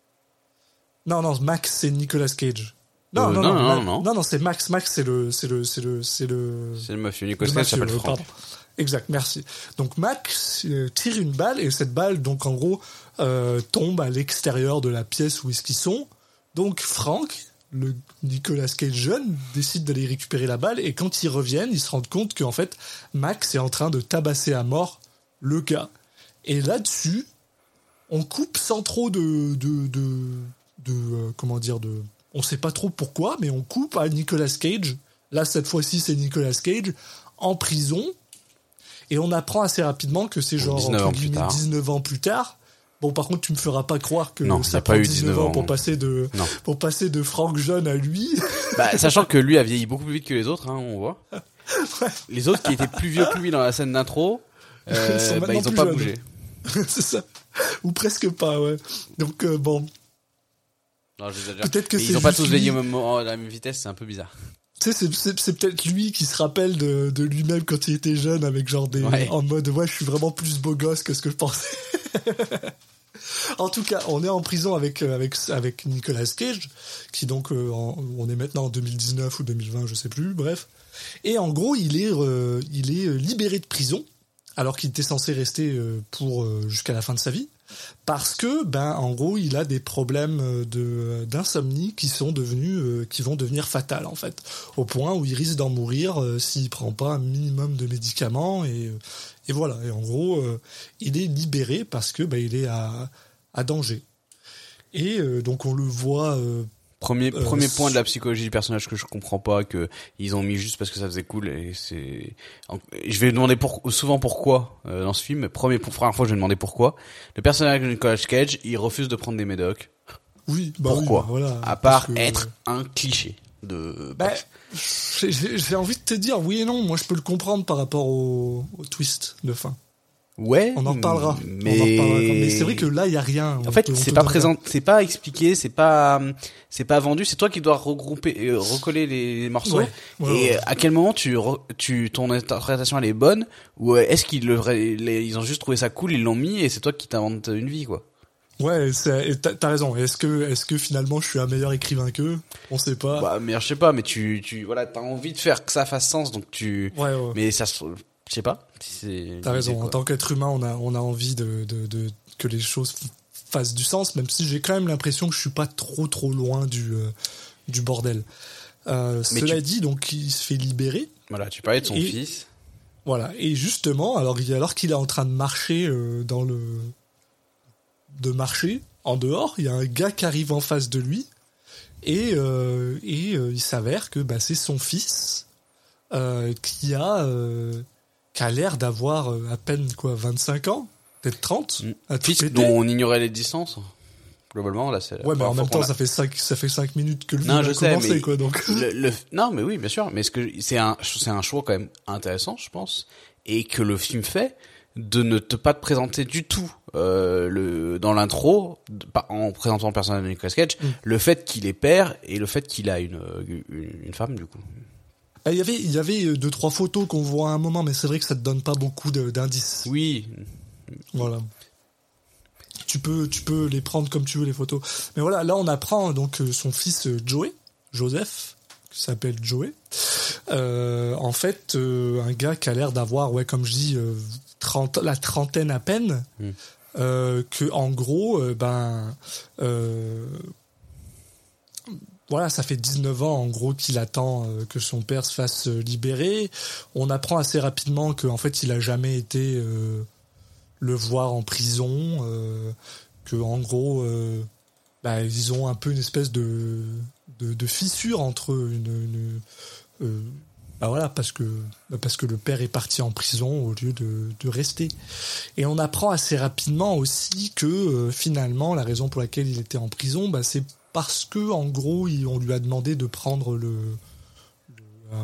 Non, non, Max, c'est Nicolas Cage. Non, Euh, non, non, non, non, Ma- non. non, non, c'est Max. Max, c'est le, c'est le, c'est le, c'est le. C'est le mafieux, Nicolas Le Cage mafieux, s'appelle euh, Franck. pardon. Exact, merci. Donc Max euh, tire une balle et cette balle, donc en gros, euh, tombe à l'extérieur de la pièce où est-ce qu'ils sont. Donc Frank, le Nicolas Cage jeune, décide d'aller récupérer la balle et quand ils reviennent, ils se rendent compte qu'en fait, Max est en train de tabasser à mort le gars. Et là-dessus, on coupe sans trop de... de, de, de euh, comment dire, de... On sait pas trop pourquoi, mais on coupe à Nicolas Cage. Là, cette fois-ci, c'est Nicolas Cage en prison. Et on apprend assez rapidement que c'est genre dix-neuf entre ans plus guillemets tard. dix-neuf ans plus tard. Bon, par contre, tu me feras pas croire que Non, y ça a pas prend eu dix-neuf dix-neuf ans ans. pour passer de Non. pour passer de Frank jeune à lui. Bah, sachant que lui a vieilli beaucoup plus vite que les autres, hein, on voit. Les autres qui étaient plus vieux que lui dans la scène d'intro, euh, Ils sont bah, maintenant ils ont plus pas jeunes. bougé. C'est ça. Ou presque pas, ouais. Donc euh, bon, Non, j'exagère. Peut-être que Mais c'est ils ont pas juste tous vieilli lui. au même moment, à la même vitesse, c'est un peu bizarre. tu sais, c'est, c'est, c'est peut-être lui qui se rappelle de, de lui-même quand il était jeune, avec genre des Ouais. en mode ouais, je suis vraiment plus beau gosse que ce que je pensais. En tout cas, on est en prison avec euh, avec avec Nicolas Cage, qui donc euh, en- on est maintenant en deux mille dix-neuf ou deux mille vingt, je sais plus, bref. Et en gros, il est euh, il est euh, libéré de prison alors qu'il était censé rester euh, pour euh, jusqu'à la fin de sa vie, parce que ben en gros, il a des problèmes euh, de d'insomnie qui sont devenus euh, qui vont devenir fatals en fait, au point où il risque d'en mourir euh, s'il prend pas un minimum de médicaments et euh, et voilà. Et en gros, euh, il est libéré parce que ben il est à à danger. Et euh, donc on le voit. Euh, Premier, Euh, premier c'est- point de la psychologie du personnage que je comprends pas, que ils ont mis juste parce que ça faisait cool et c'est, en- je vais demander pour, souvent pourquoi, euh, dans ce film, mais premier, pour première fois je vais demander pourquoi. Le personnage de Nicolas Cage, il refuse de prendre des médocs. oui. Bah Pourquoi? oui, bah voilà, À parce part que- être un cliché de, Bah, j'ai- j'ai j'ai envie de te dire oui et non. Moi, je peux le comprendre par rapport au, au twist de fin. ouais. On en reparlera. Mais, On en reparlera. Mais c'est vrai que là, il y a rien. en On fait, te- on c'est te pas donne présent, c'est pas expliqué, c'est pas, c'est pas vendu. C'est toi qui dois regrouper, euh, recoller les, les morceaux. Ouais, ouais, et ouais. à quel moment tu, re- tu, ton interprétation elle est bonne ou euh, est-ce qu'ils le, les- ils ont juste trouvé ça cool, ils l'ont mis et c'est toi qui t'inventes une vie quoi. Ouais, c'est- et t'as t'as raison. Est-ce que, est-ce que finalement, je suis un meilleur écrivain qu'eux? On sait pas. Bah, mais je sais pas, mais tu, tu, voilà, t'as envie de faire que ça fasse sens, donc tu, ouais, ouais. mais ça se, je sais pas. Si c'est T'as raison. quoi. En tant qu'être humain, on a, on a envie de, de, de que les choses f- fassent du sens, même si j'ai quand même l'impression que je suis pas trop, trop loin du, euh, du bordel. Euh, Mais cela tu- dit, donc il se fait libérer. Voilà, tu parlais de son Et- fils. Voilà. Et justement, alors, il- alors qu'il est en train de marcher euh, dans le de marcher en dehors, il y a un gars qui arrive en face de lui et euh, et euh, il s'avère que bah, c'est son fils euh, qui a euh, qui a l'air d'avoir euh, à peine quoi vingt-cinq ans, peut-être trente. à tout Fils péter. dont on ignorait les distances. Globalement, là, c'est. la Ouais, mais en première même fois temps, qu'on ça fait cinq, ça fait cinq minutes que le Non, film je a sais, commencé, mais quoi, donc. le, le- non, mais oui, bien sûr. Mais ce que c'est un, c'est un choix quand même intéressant, je pense, et que le film fait de ne te pas te présenter du tout euh, le dans l'intro, de- pas- en présentant le personnage de Nicolas Cage, Mm. le fait qu'il est père et le fait qu'il a une, une une femme du coup. Ah, Il y avait, il y avait deux, trois photos qu'on voit à un moment, mais c'est vrai que ça te donne pas beaucoup de- d'indices. Oui, Voilà. Tu peux, tu peux les prendre comme tu veux, les photos. Mais voilà, là, on apprend donc euh, son fils euh, Joey, Joseph, qui s'appelle Joey. Euh, en fait, euh, un gars qui a l'air d'avoir, ouais, comme je dis, euh, trente, la trentaine à peine. Mm. Euh, que en gros, euh, ben, euh, voilà, ça fait dix-neuf ans en gros qu'il attend euh, que son père se fasse euh, libérer. On apprend assez rapidement qu'en fait, il a jamais été euh, le voir en prison, euh, que en gros, euh, bah, ils ont un peu une espèce de de, de fissure entre eux, une, une euh, bah voilà, parce que bah parce que le père est parti en prison au lieu de de rester. Et on apprend assez rapidement aussi que euh, finalement la raison pour laquelle il était en prison, bah c'est parce que en gros, il- on lui a demandé de prendre le, le, euh,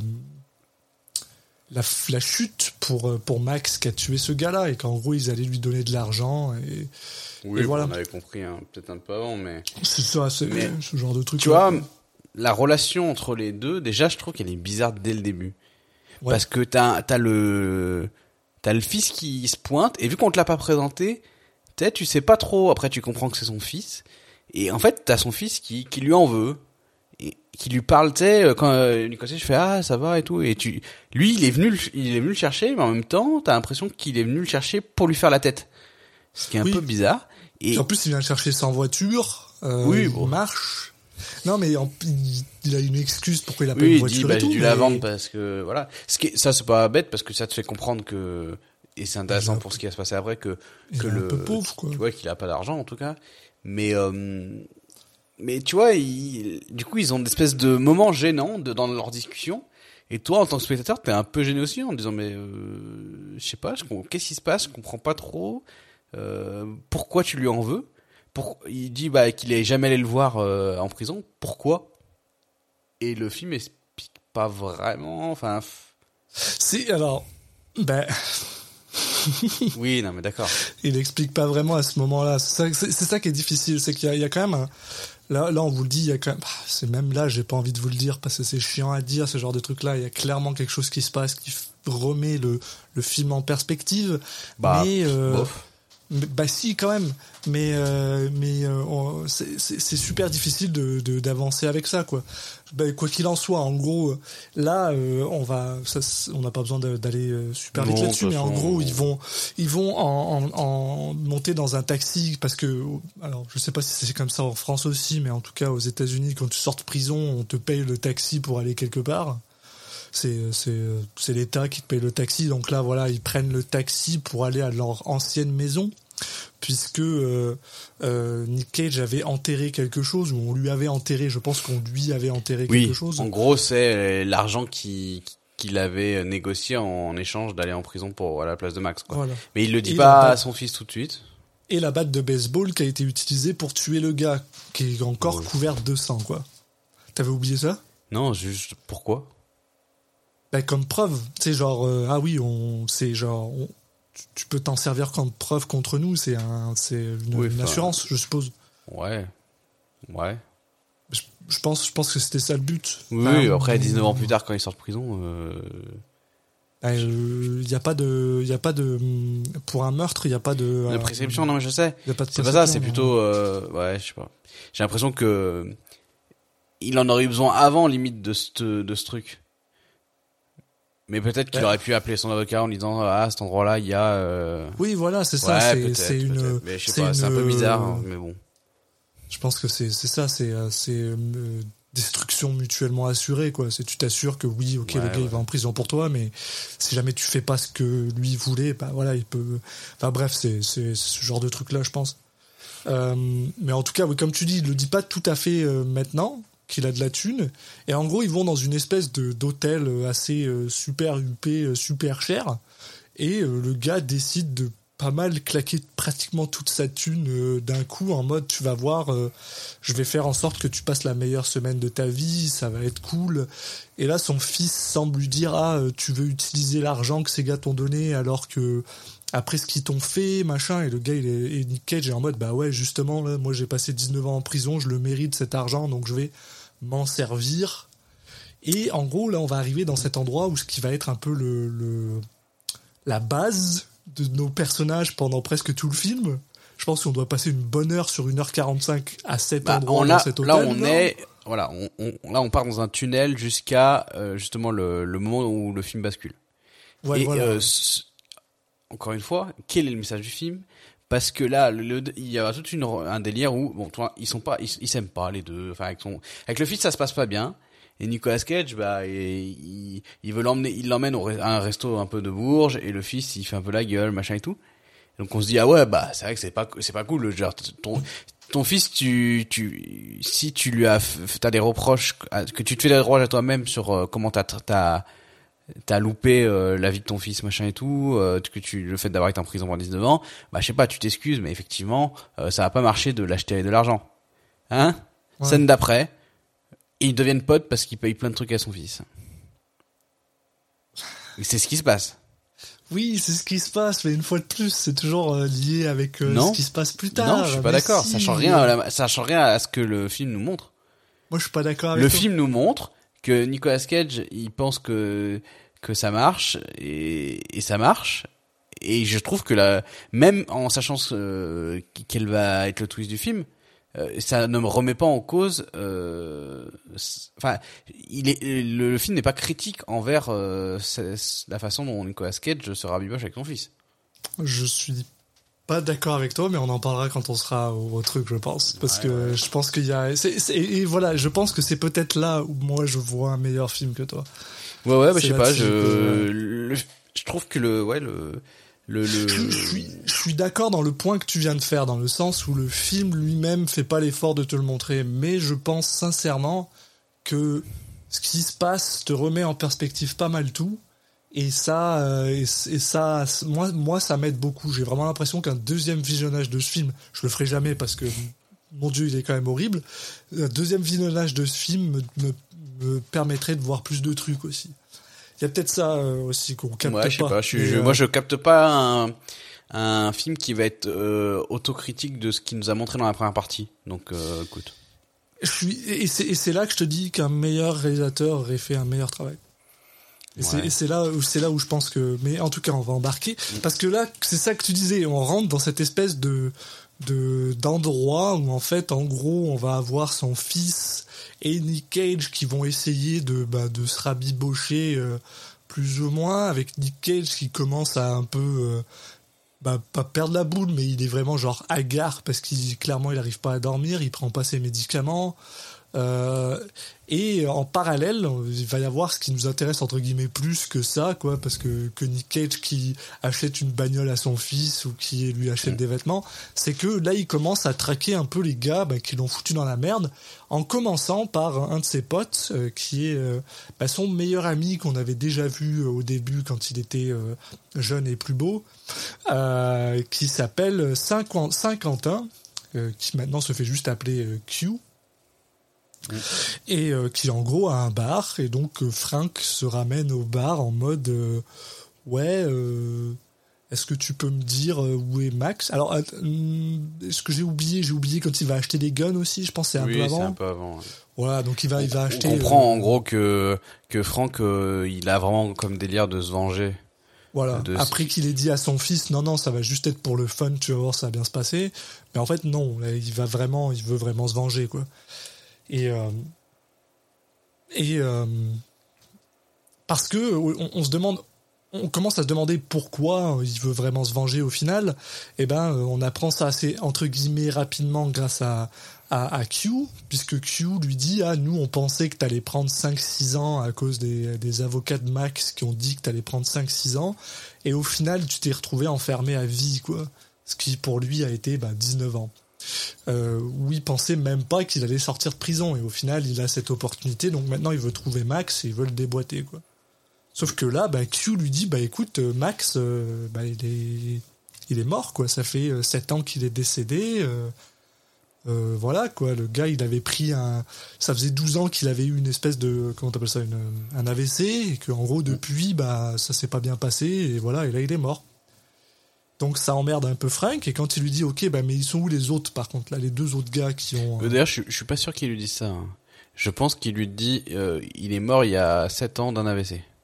la, la chute pour euh, pour Max qui a tué ce gars-là et qu'en gros ils allaient lui donner de l'argent et oui, Et bon, voilà. on avait compris hein, peut-être un peu avant, mais c'est ça, c'est Mais, ce genre de truc. tu vois, la relation entre les deux, déjà, je trouve qu'elle est bizarre dès le début. Ouais. Parce que t'as, t'as le, t'as le fils qui se pointe, et vu qu'on te l'a pas présenté, tu sais, tu sais pas trop, après tu comprends que c'est son fils, et en fait, t'as son fils qui, qui lui en veut, et qui lui parle, tu sais, quand euh, Nicolas Cage fait, ah, ça va, et tout, et tu, lui, il est venu, le- il est venu le chercher, mais en même temps, t'as l'impression qu'il est venu le chercher pour lui faire la tête. Ce qui est un Oui. peu bizarre. Et Puis en plus, il vient le chercher sans voiture. Euh, Oui, il bon. marche. Non, mais en- il, il a une excuse pourquoi il a pas une oui, il voiture dit, bah, et j'ai tout. dû la mais- vendre parce que, voilà. Ce qui est- ça, c'est pas bête parce que ça te fait comprendre que, et c'est intéressant Il a- pour ce qui va se passer après, que, il que est le, un peu pauvre, quoi. tu vois qu'il a pas d'argent, en tout cas. Mais, euh, mais tu vois, il, du coup, ils ont une espèce de moment gênant de, dans leur discussion. Et toi, en tant que spectateur, t'es un peu gêné aussi en te disant, mais, euh, je sais pas, je com- qu'est-ce qui se passe? Je comprends pas trop, euh, pourquoi tu lui en veux? Pour, il dit, bah, qu'il est jamais allé le voir, euh, en prison. Pourquoi? Et le film explique pas vraiment, enfin, f- C'est alors, ben, oui, non, mais d'accord. il explique pas vraiment à ce moment-là. C'est ça, c'est, c'est ça qui est difficile, c'est qu'il y a, il y a quand même un, là, là, on vous le dit, il y a quand même, ah, c'est même là, j'ai pas envie de vous le dire parce que c'est chiant à dire ce genre de truc-là. Il y a clairement quelque chose qui se passe qui f- remet le, le film en perspective. Bah, mais, euh, bof. mais- bah si quand même. Mais, euh, mais euh, on- c'est, c'est, c'est super difficile de, de, d'avancer avec ça, quoi. Bah, quoi qu'il en soit, en gros, là, euh, on va, ça, c'est- on n'a pas besoin de- d'aller euh, super vite Non, là-dessus, de mais toute en façon, gros, on- ils vont, ils vont en, en, en monter dans un taxi parce que, alors, je sais pas si c'est comme ça en France aussi, mais en tout cas aux États-Unis, quand tu sors de prison, on te paye le taxi pour aller quelque part. C'est, c'est, c'est l'État qui te paye le taxi, donc là, voilà, ils prennent le taxi pour aller à leur ancienne maison. Puisque euh, euh, Nick Cage avait enterré quelque chose, ou on lui avait enterré, je pense qu'on lui avait enterré Oui, quelque chose. en gros, c'est l'argent qui, qu'il avait négocié en échange d'aller en prison pour, à la place de Max, quoi. Voilà. Mais il le dit Et pas la- à son fils tout de suite. Et la batte de baseball qui a été utilisée pour tuer le gars, qui est encore Ouais. couverte de sang, quoi. T'avais oublié ça? Non, juste, pourquoi? Bah, comme preuve, tu sais, genre, euh, ah oui, on, c'est genre, on- tu- tu peux t'en servir comme preuve contre nous, c'est un, c'est une, Oui, une enfin, assurance, je suppose. Ouais. Ouais. Je, je pense, je pense que c'était ça le but. Oui, Enfin, après, on- dix-neuf ans plus tard, quand il sort de prison, euh, Il y a pas de, il y a pas de, pour un meurtre, il y a pas de. de euh, prescription, non, mais je sais. y a pas de C'est pas ça, prescription, c'est non. plutôt, euh, ouais, je sais pas. J'ai l'impression que, il en aurait eu besoin avant, limite, de ce, de ce truc. Mais peut-être qu'il Ouais. aurait pu appeler son avocat en lui disant, ah, à cet endroit-là, il y a, euh... Oui, voilà, c'est ça. ouais, c'est, peut-être, c'est une. peut-être. Mais je sais c'est pas, c'est un peu une, bizarre, euh, hein, mais bon. Je pense que c'est, c'est ça. C'est, euh, c'est euh, destruction mutuellement assurée, quoi. C'est tu t'assures que oui, ok, Ouais, le gars ouais. il va en prison pour toi, mais si jamais tu fais pas ce que lui voulait, bah voilà, il peut. Enfin bref, c'est c'est ce genre de truc là, je pense. Euh, mais en tout cas, oui, comme tu dis, il le dit pas tout à fait euh, maintenant qu'il a de la thune. Et en gros, ils vont dans une espèce de d'hôtel euh, assez euh, super huppé, euh, super cher. Et euh, le gars décide de pas mal claquer pratiquement toute sa thune euh, d'un coup, en mode tu vas voir, euh, je vais faire en sorte que tu passes la meilleure semaine de ta vie, ça va être cool. Et là, son fils semble lui dire ah euh, tu veux utiliser l'argent que ces gars t'ont donné alors que après ce qu'ils t'ont fait, machin. Et le gars, il est, et Nick Cage est en mode bah ouais, justement là, moi j'ai passé dix-neuf ans en prison, je le mérite cet argent, donc je vais m'en servir. Et en gros, là, on va arriver dans cet endroit où ce qui va être un peu le, le la base de nos personnages pendant presque tout le film. Je pense qu'on doit passer une bonne heure sur une heure quarante-cinq à cet Bah, endroit on dans a- cet hôtel. là, on non est, voilà, on, on- là, on part dans un tunnel jusqu'à euh, justement le, le moment où le film bascule. Ouais, Et voilà. euh, c- encore une fois, quel est le message du film? Parce que là, le, le- il y a tout une, un délire où, bon, toi, ils sont pas, ils, ils s'aiment pas les deux. Enfin, avec son, avec le fils, ça se passe pas bien. Et Nicolas Cage, bah, et- il, il veut l'emmener, il l'emmène au, re- à un resto un peu de Bourges, et le fils, il fait un peu la gueule, machin et tout. Donc on se dit ah ouais, bah c'est vrai que c'est pas, c'est pas cool. Genre ton, ton fils, tu, tu, si tu lui as, f- t'as des reproches, que tu te fais des reproches à toi-même sur euh, comment t'as, t'as, t'as loupé euh, la vie de ton fils, machin et tout, euh, que tu, le fait d'avoir été en prison pendant dix-neuf ans, bah je sais pas, tu t'excuses, mais effectivement, euh, ça va pas marcher de l'acheter avec de l'argent, hein. Ouais. Scène d'après, et ils deviennent potes parce qu'il paye plein de trucs à son fils. Et c'est ce qui se passe. Oui, c'est ce qui se passe, mais une fois de plus, c'est toujours euh, lié avec euh, Non. ce qui se passe plus tard. Non, je suis pas Mais d'accord. si. Ça change rien. À la- ça change rien à ce que le film nous montre. Moi, je suis pas d'accord avec Le toi. film nous montre que Nicolas Cage, il pense que que ça marche et, et ça marche. Et je trouve que là, même en sachant ce, quel va être le twist du film, euh, ça ne me remet pas en cause. euh, c- Enfin, il est le, le film n'est pas critique envers euh, c'est- la façon dont Nicolas Cage se rabiboche avec son fils. Je suis pas d'accord avec toi, mais on en parlera quand on sera au, au truc, je pense. Parce Ouais, que je pense qu'il y a... c'est- c'est- et voilà, je pense que c'est peut-être là où moi je vois un meilleur film que toi. Ouais, ouais, bah, C'est je sais pas. là-dessus Je que- le- je trouve que le ouais le le, le... Je, je suis, je suis d'accord dans le point que tu viens de faire, dans le sens où le film lui-même fait pas l'effort de te le montrer, mais je pense sincèrement que ce qui se passe te remet en perspective pas mal tout, et ça, euh, et, et ça, moi, moi, ça m'aide beaucoup. J'ai vraiment l'impression qu'un deuxième visionnage de ce film, je le ferai jamais parce que mon Dieu, il est quand même horrible. Un deuxième visionnage de ce film me, me, me permettrait de voir plus de trucs aussi. Il y a peut-être ça euh, aussi qu'on capte Ouais, je sais pas. pas. Je suis, mais, je- euh, moi, je capte pas un, un film qui va être euh, autocritique de ce qu'il nous a montré dans la première partie. Donc, euh, écoute. Je suis, et c'est, et c'est là que je te dis qu'un meilleur réalisateur aurait fait un meilleur travail. Et, c'est, Ouais. et c'est là où c'est là où je pense que, mais en tout cas, on va embarquer parce que là, c'est ça que tu disais, on rentre dans cette espèce de de d'endroit où en fait, en gros, on va avoir son fils et Nick Cage qui vont essayer de bah, de se rabibocher euh, plus ou moins, avec Nick Cage qui commence à un peu euh, bah, pas perdre la boule, mais il est vraiment genre hagard parce qu'il clairement il arrive pas à dormir, il prend pas ses médicaments. Euh, et en parallèle, il va y avoir ce qui nous intéresse entre guillemets plus que ça, quoi, parce que que Nick Cage qui achète une bagnole à son fils ou qui lui achète des vêtements, c'est que là il commence à traquer un peu les gars bah, qui l'ont foutu dans la merde, en commençant par un de ses potes euh, qui est euh, bah, son meilleur ami qu'on avait déjà vu au début quand il était euh, jeune et plus beau, euh, qui s'appelle Saint-Quentin, euh, qui maintenant se fait juste appeler euh, Q. Et euh, qui en gros a un bar, et donc euh, Frank se ramène au bar en mode euh, ouais euh, est-ce que tu peux me dire euh, où est Max? Alors euh, est-ce que j'ai oublié j'ai oublié quand il va acheter des guns aussi, je pense que c'est un oui, peu avant. c'est un peu avant. ouais. Voilà, donc il va il va On- acheter On comprend euh, en gros que que Frank, euh, il a vraiment comme délire de se venger. voilà, de- après qu'il ait dit à son fils non non, ça va juste être pour le fun, tu vas voir, ça va bien se passer, mais en fait non, là, il va vraiment il veut vraiment se venger, quoi. Et euh, et euh, parce que on, on se demande on commence à se demander pourquoi il veut vraiment se venger au final. Et ben, on apprend ça assez entre guillemets rapidement grâce à à, à Q, puisque Q lui dit ah nous on pensait que t'allais prendre cinq six ans à cause des des avocats de Max qui ont dit que t'allais prendre cinq six ans, et au final tu t'es retrouvé enfermé à vie quoi. Ce qui pour lui a été bah, dix-neuf ans. Euh, où il pensait même pas qu'il allait sortir de prison, et au final il a cette opportunité, donc maintenant il veut trouver Max et il veut le déboîter quoi. Sauf que là bah, Q lui dit bah écoute Max euh, bah, il est il est mort quoi, ça fait euh, sept ans qu'il est décédé, euh, euh, voilà quoi, le gars il avait pris un ça faisait douze ans qu'il avait eu une espèce de comment t'appelles ça une, un A V C, et que en gros depuis bah ça s'est pas bien passé, et voilà, et là il est mort. Donc ça emmerde un peu Frank, et quand il lui dit ok bah mais ils sont où les autres par contre là, les deux autres gars qui ont... Euh... D'ailleurs je, je suis pas sûr qu'il lui dise ça. Hein. Je pense qu'il lui dit euh, il est mort il y a sept ans d'un A V C.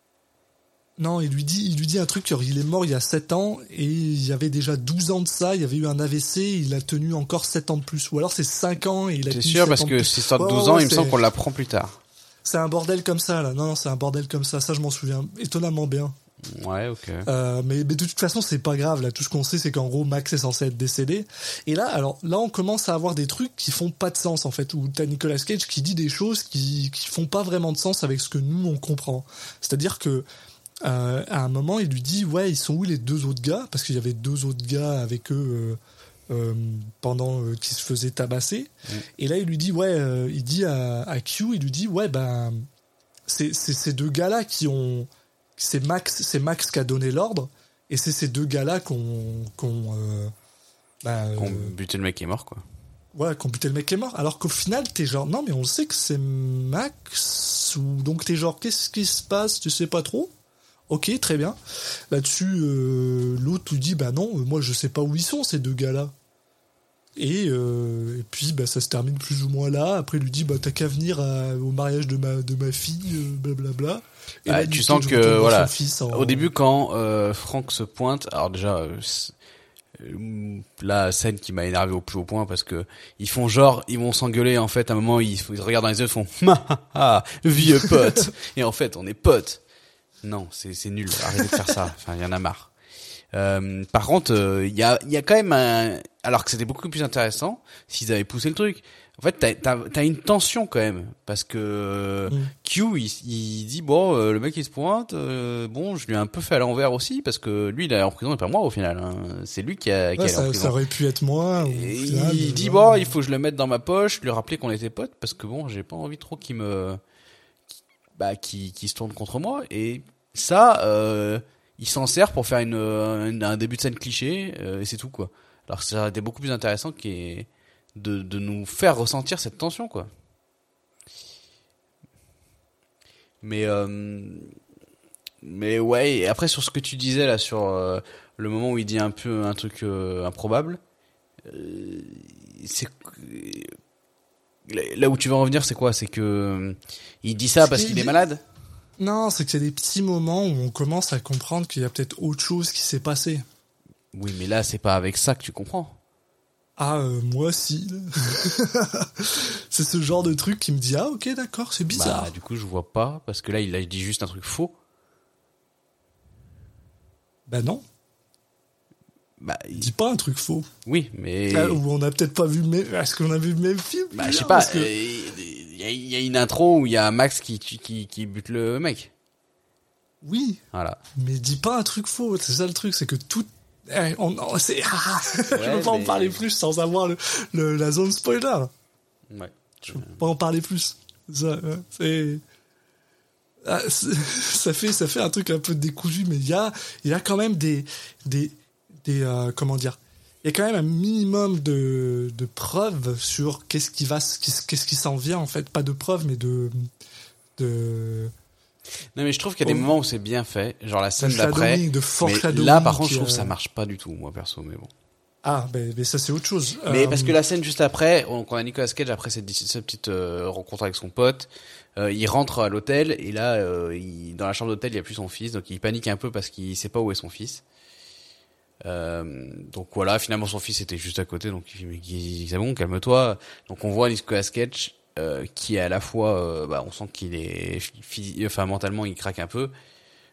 Non, il lui dit il lui dit un truc, il est mort il y a sept ans et il y avait déjà douze ans de ça, il y avait eu un A V C, il a tenu encore sept ans de plus, ou alors c'est cinq ans et il a tenu C'est sûr parce que cette histoire de douze ans, il me semble qu'on l'apprend plus tard. C'est un bordel comme ça là. Non non, c'est un bordel comme ça, ça je m'en souviens étonnamment bien. Ouais, ok. Euh, mais, mais de toute façon, c'est pas grave. Là, tout ce qu'on sait, c'est qu'en gros, Max est censé être décédé. Et là, alors là, on commence à avoir des trucs qui font pas de sens en fait. Où t'as Nicolas Cage qui dit des choses qui qui font pas vraiment de sens avec ce que nous on comprend. C'est-à-dire que euh, à un moment, il lui dit ouais, ils sont où les deux autres gars? Parce qu'il y avait deux autres gars avec eux euh, euh, pendant euh, qu'ils se faisaient tabasser. Mmh. Et là, il lui dit ouais, euh, il dit à, à Q, il lui dit ouais ben c'est c'est ces deux gars-là qui ont c'est Max, c'est Max qui a donné l'ordre, et c'est ces deux gars-là qu'on, qu'on, euh, bah, qu'on euh, buté le mec qui est mort, quoi. Ouais, qu'on buté le mec qui est mort. Alors qu'au final, t'es genre, non, mais on sait que c'est Max, ou donc t'es genre, qu'est-ce qui se passe, tu sais pas trop. Ok, très bien. Là-dessus, euh, l'autre lui dit, bah non, moi je sais pas où ils sont ces deux gars-là. Et, euh, et puis bah, ça se termine plus ou moins là. Après il lui dit bah t'as qu'à venir à, au mariage de ma de ma fille, euh, blablabla. Et ah, là, tu sens que voilà. En... Au début quand euh, Frank se pointe, alors déjà euh, la scène qui m'a énervé au plus haut point parce que ils font genre ils vont s'engueuler en fait à un moment ils, ils se regardent dans les yeux, ils font ah vieux pote et en fait on est potes. Non c'est c'est nul, arrêtez de faire ça. Enfin il y en a marre. Euh, par contre, il euh, y a, il y a quand même un, alors que c'était beaucoup plus intéressant s'ils avaient poussé le truc. En fait, t'as, t'as, t'as une tension quand même, parce que mm. Q, il, il dit bon, euh, le mec il se pointe, euh, bon, je lui ai un peu fait à l'envers aussi, parce que lui il est en prison et pas moi au final. Hein. C'est lui qui a, ouais, qui ça, est en prison. Ça aurait pu être moi. Ou et final, il dit genre... bon, il faut que je le mette dans ma poche, lui rappeler qu'on était potes, parce que bon, j'ai pas envie trop qu'il me, bah, qu'il, qu'il se tourne contre moi. Et ça. Euh, il s'en sert pour faire une, une un début de scène cliché euh, et c'est tout quoi. Alors que ça aurait été beaucoup plus intéressant qu'est de de nous faire ressentir cette tension quoi. Mais euh, mais ouais, et après sur ce que tu disais là sur euh, le moment où il dit un peu un truc euh, improbable, euh, c'est là où tu vas en revenir, c'est quoi? C'est que il dit ça parce qu'il est malade? Non, c'est qu'il y a des petits moments où on commence à comprendre qu'il y a peut-être autre chose qui s'est passé. Oui, mais là, c'est pas avec ça que tu comprends. Ah, euh, moi, si. C'est ce genre de truc qui me dit, ah, ok, d'accord, c'est bizarre. Bah, du coup, je vois pas, parce que là, il a dit juste un truc faux. Bah non. Bah, il dit pas un truc faux. Oui, mais... Ah, ou on a peut-être pas vu le même... Est-ce qu'on a vu le même film? Bah, je sais pas, que... il y a, il y a une intro où il y a Max qui, qui, qui bute le mec. Oui. Voilà. Mais dis pas un truc faux, c'est ça le truc, c'est que tout... Eh, on, on, c'est... Ah, ouais, je peux pas mais... en parler plus sans avoir le, le, la zone spoiler. Ouais. Je peux pas en parler plus. Ça, c'est... Ah, c'est... ça fait ça fait un truc un peu décousu, mais il y a, il y a quand même des... des, des euh, comment dire... Il y a quand même un minimum de, de preuves sur qu'est-ce qui va, qu'est-ce qui s'en vient en fait, pas de preuves mais de, de. Non mais je trouve qu'il y a des oh, moments où c'est bien fait, genre la scène de d'après. De mais là par contre je trouve que ça marche pas du tout moi perso, mais bon. Ah ben, ben ça c'est autre chose. Mais euh... parce que la scène juste après, on, on a Nicolas Cage après cette, cette petite euh, rencontre avec son pote, euh, il rentre à l'hôtel et là euh, il, dans la chambre d'hôtel il y a plus son fils, donc il panique un peu parce qu'il sait pas où est son fils. Euh, donc voilà, finalement son fils était juste à côté, donc il dit c'est bon, calme-toi. Donc on voit Nicolas Cage euh, qui est à la fois, euh, bah on sent qu'il est, enfin mentalement il craque un peu,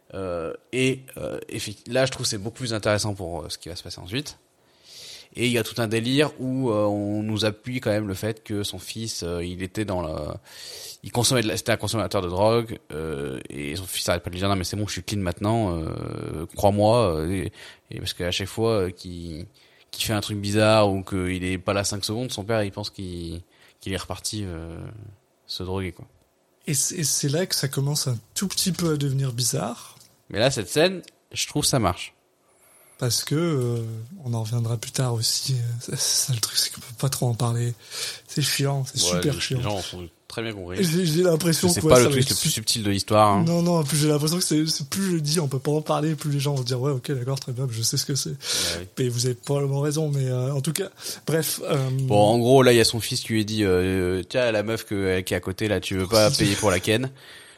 Euh, et euh, effect- là, je trouve que c'est beaucoup plus intéressant pour euh, ce qui va se passer ensuite. Et il y a tout un délire où euh, on nous appuie quand même le fait que son fils, euh, il était dans la, il consommait de la, c'était un consommateur de drogue, euh, et son fils arrête pas de lui dire non mais c'est bon, je suis clean maintenant, euh, crois-moi, euh, et, et parce qu'à chaque fois euh, qu'il, qu'il fait un truc bizarre ou qu'il est pas là cinq secondes, son père il pense qu'il, qu'il est reparti euh, se droguer quoi. Et c'est, et c'est là que ça commence un tout petit peu à devenir bizarre. Mais là, cette scène, je trouve ça marche. Parce que, euh, on en reviendra plus tard aussi, c'est ça le truc, c'est qu'on peut pas trop en parler. C'est chiant, c'est Ouais, super les, chiant. Les gens ont très bien compris. J'ai, j'ai l'impression C'est que pas ouais, le ça va twist être le plus su- subtil de l'histoire. Hein. Non, non, en plus j'ai l'impression que c'est, c'est plus je dis, on peut pas en parler, plus les gens vont dire ouais, ok, d'accord, très bien, je sais ce que c'est. Ouais, oui. Et vous avez probablement raison, mais euh, en tout cas, bref. Euh, Bon, en gros, là, il y a son fils qui lui dit euh, tiens, la meuf que, qui est à côté, là, tu veux pas payer pour la ken.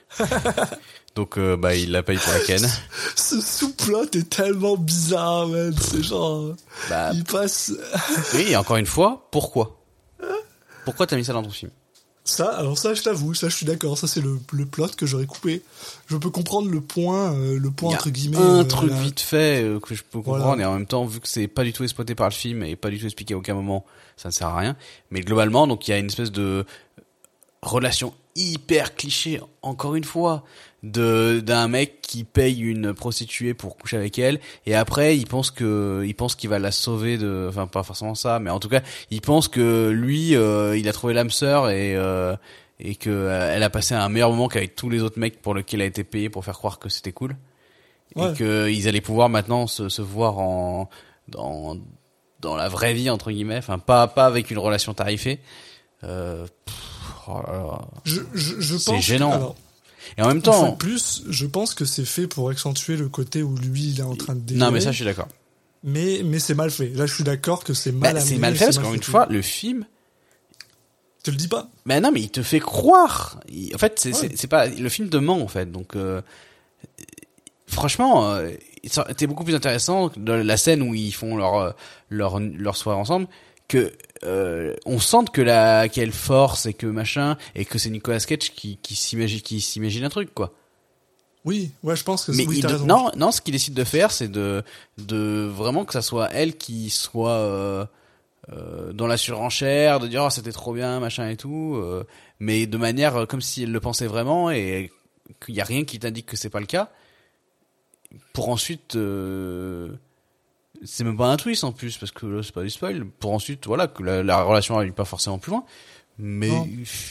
Donc, euh, bah, il la paye pour la ken. Ce sous-plot est tellement bizarre, man. C'est genre, Bah, il passe. oui, et encore une fois, pourquoi Pourquoi t'as mis ça dans ton film? Ça, alors ça, je t'avoue, ça, je suis d'accord. Ça, c'est le, le plot que j'aurais coupé. Je peux comprendre le point, euh, le point Il y a entre guillemets. un euh, truc la- vite fait euh, que je peux comprendre, Voilà. et en même temps, vu que c'est pas du tout exploité par le film et pas du tout expliqué à aucun moment, ça ne sert à rien. Mais globalement, donc il y a une espèce de relation hyper cliché, encore une fois, de d'un mec qui paye une prostituée pour coucher avec elle, et après il pense que il pense qu'il va la sauver de, enfin pas forcément ça, mais en tout cas il pense que lui euh, il a trouvé l'âme sœur et euh, et que euh, elle a passé un meilleur moment qu'avec tous les autres mecs pour lesquels elle a été payée pour faire croire que c'était cool, Ouais. et que ils allaient pouvoir maintenant se, se voir en dans dans la vraie vie entre guillemets, enfin pas pas avec une relation tarifée. Euh, pff, oh là là. Je, je, je C'est pense. que- gênant. alors, Et en même une fois temps, de plus, je pense que c'est fait pour accentuer le côté où lui, il est en train de délirer. non mais ça je suis d'accord. Mais, mais c'est mal fait. Là, je suis d'accord que c'est mal Bah, amené. c'est mal fait parce mal qu'encore une foutu. fois, le film, Tu le dis pas. mais non, mais il te fait croire. Il- en fait, c'est Ouais. c'est c'est pas le film te ment en fait. Donc, euh, franchement, euh, ça- c'était beaucoup plus intéressant de la scène où ils font leur leur leur soirée ensemble que euh, on sente que la qu'elle force et que machin et que c'est Nicolas Cage qui qui s'imagine qui s'imagine un truc quoi. Oui, ouais, je pense que Mais oui, il- t'as raison. non, non, ce qu'il décide de faire, c'est de, de vraiment que ça soit elle qui soit euh, euh, dans la surenchère, de dire oh, c'était trop bien, machin et tout, euh, mais de manière euh, comme si elle le pensait vraiment et qu'il y a rien qui t'indique que c'est pas le cas. Pour ensuite, euh, c'est même pas un twist en plus parce que là c'est pas du spoil. Pour ensuite, voilà, que la, la relation aille pas forcément plus loin, mais Non.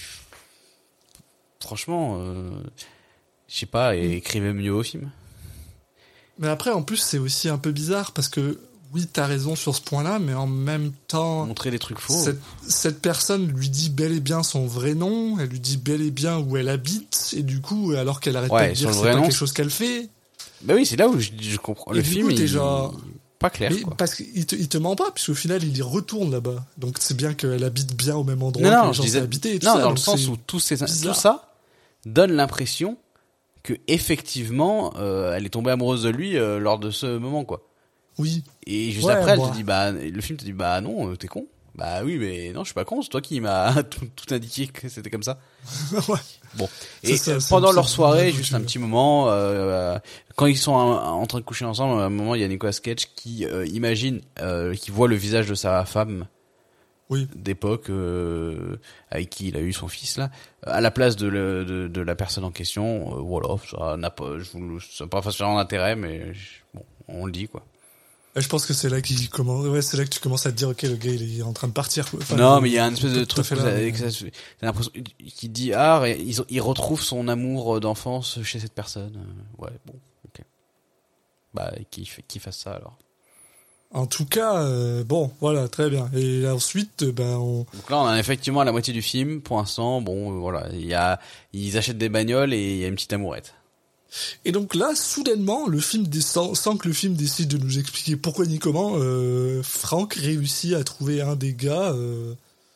franchement. Euh, je sais pas, et écrivez mieux au film. Mais après, en plus, c'est aussi un peu bizarre parce que oui, t'as raison sur ce point-là, mais en même temps, Montrer des trucs faux. cette, cette personne lui dit bel et bien son vrai nom, elle lui dit bel et bien où elle habite, et du coup, alors qu'elle arrête Ouais, pas de sur dire le que c'est vrai pas nom, quelque chose qu'elle fait, Bah oui, c'est là où je, je comprends. Et Le du film, coup, t'es il genre- pas clair, mais quoi. parce qu'il te, il te ment pas, puisqu'au final, il y retourne là-bas. Donc c'est bien qu'elle habite bien au même endroit Non, que non, les je gens disais, s'y habitaient et tout non, ça, dans le donc sens c'est- où tout, ces, tout bizarre. ça donne l'impression que effectivement, euh, elle est tombée amoureuse de lui euh, lors de ce moment, quoi. Oui, Et juste Ouais, après, elle moi. te dit, bah, le film te dit, bah non, euh, t'es con. Bah oui, mais non, je suis pas con, c'est toi qui m'as tout, tout indiqué que c'était comme ça. ouais. Bon. C'est Et ça, euh, c'est- pendant c'est leur une soirée, bonne juste un couture. petit moment, euh, quand ils sont en, en train de coucher ensemble, à un moment, il y a Nicolas Cage qui euh, imagine, euh, qui voit le visage de sa femme Oui. d'époque euh, avec qui il a eu son fils là, à la place de, le, de, de la personne en question. Euh, voilà, ça n'a pas, je vous, ça n'a pas forcément d'intérêt, mais je- bon, on le dit quoi. Et je pense que c'est là qu'il commence, ouais, c'est là que tu commences à te dire, ok, le gars, il est en train de partir, quoi. Enfin, non, mais il y a un espèce de tout à truc fait où là, ça- mais- que ça se- t'as l'impression qu'il dit ah, il, il retrouve son amour d'enfance chez cette personne. Euh, Ouais, bon, ok. Bah, qu'il fait- qu'il fasse ça alors. En tout cas, euh, bon, voilà, très bien. Et ensuite, euh, ben, on, Donc là, on en est effectivement à la moitié du film. Pour l'instant, bon, euh, voilà, il y a, ils achètent des bagnoles et il y a une petite amourette. et donc là, soudainement, le film descend, sans que le film décide de nous expliquer pourquoi ni comment, euh, Frank réussit à trouver un des gars, euh,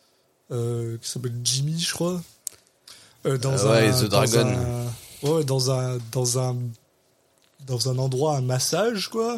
euh, qui s'appelle Jimmy, je crois, euh, dans Euh, ouais, un, The dans Dragon. un- ouais, dans un, dans un, dans un endroit, un massage, quoi.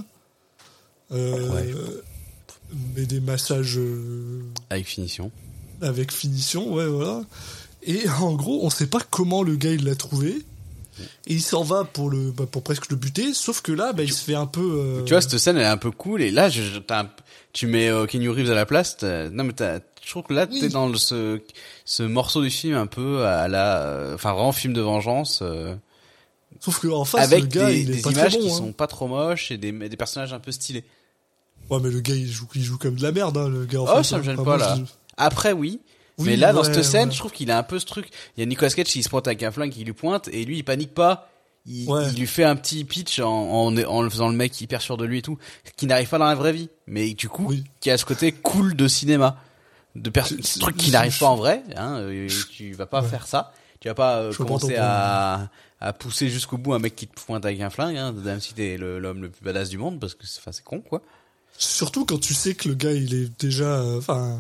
Euh, Ouais. Mais des massages euh, Avec finition. avec finition, ouais, voilà. Et en gros, on sait pas comment le gars il l'a trouvé. et il s'en va pour le bah, pour presque le buter, sauf que là bah, il se fait un peu euh... Tu vois, cette scène elle est un peu cool et là je, je t'as un, tu mets euh, Keanu Reeves à la place, t'as, non mais t'as, je trouve que là Oui. t'es dans le, ce ce morceau du film un peu à la euh, enfin vraiment film de vengeance euh, sauf que en face avec le gars des, il est des pas images très bon, qui hein. sont pas trop moches et des des personnages un peu stylés. Ouais, mais le gars il joue il joue comme de la merde, hein, le gars en Oh, face, ça me hein. gêne Enfin, pas, moi, là. je- Après oui, Oui, mais là dans ouais, cette scène, ouais. je trouve qu'il a un peu ce truc. Il y a Nicolas Cage qui se pointe avec un flingue, qui lui pointe et lui il panique pas. Il, Ouais. il lui fait un petit pitch en, en en le faisant le mec hyper sûr de lui et tout, qui n'arrive pas dans la vraie vie, mais du coup Oui. qui a ce côté cool de cinéma, de per- C'est- c'est- truc qui c'est- n'arrive pas en vrai. Hein, euh, tu vas pas Ouais. faire ça. Tu vas pas euh, Je comprends commencer ton à à pousser jusqu'au bout un mec qui te pointe avec un flingue, hein, même si t'es le- l'homme le plus badass du monde, parce que c'est, enfin, c'est con quoi. Surtout quand tu sais que le gars il est déjà enfin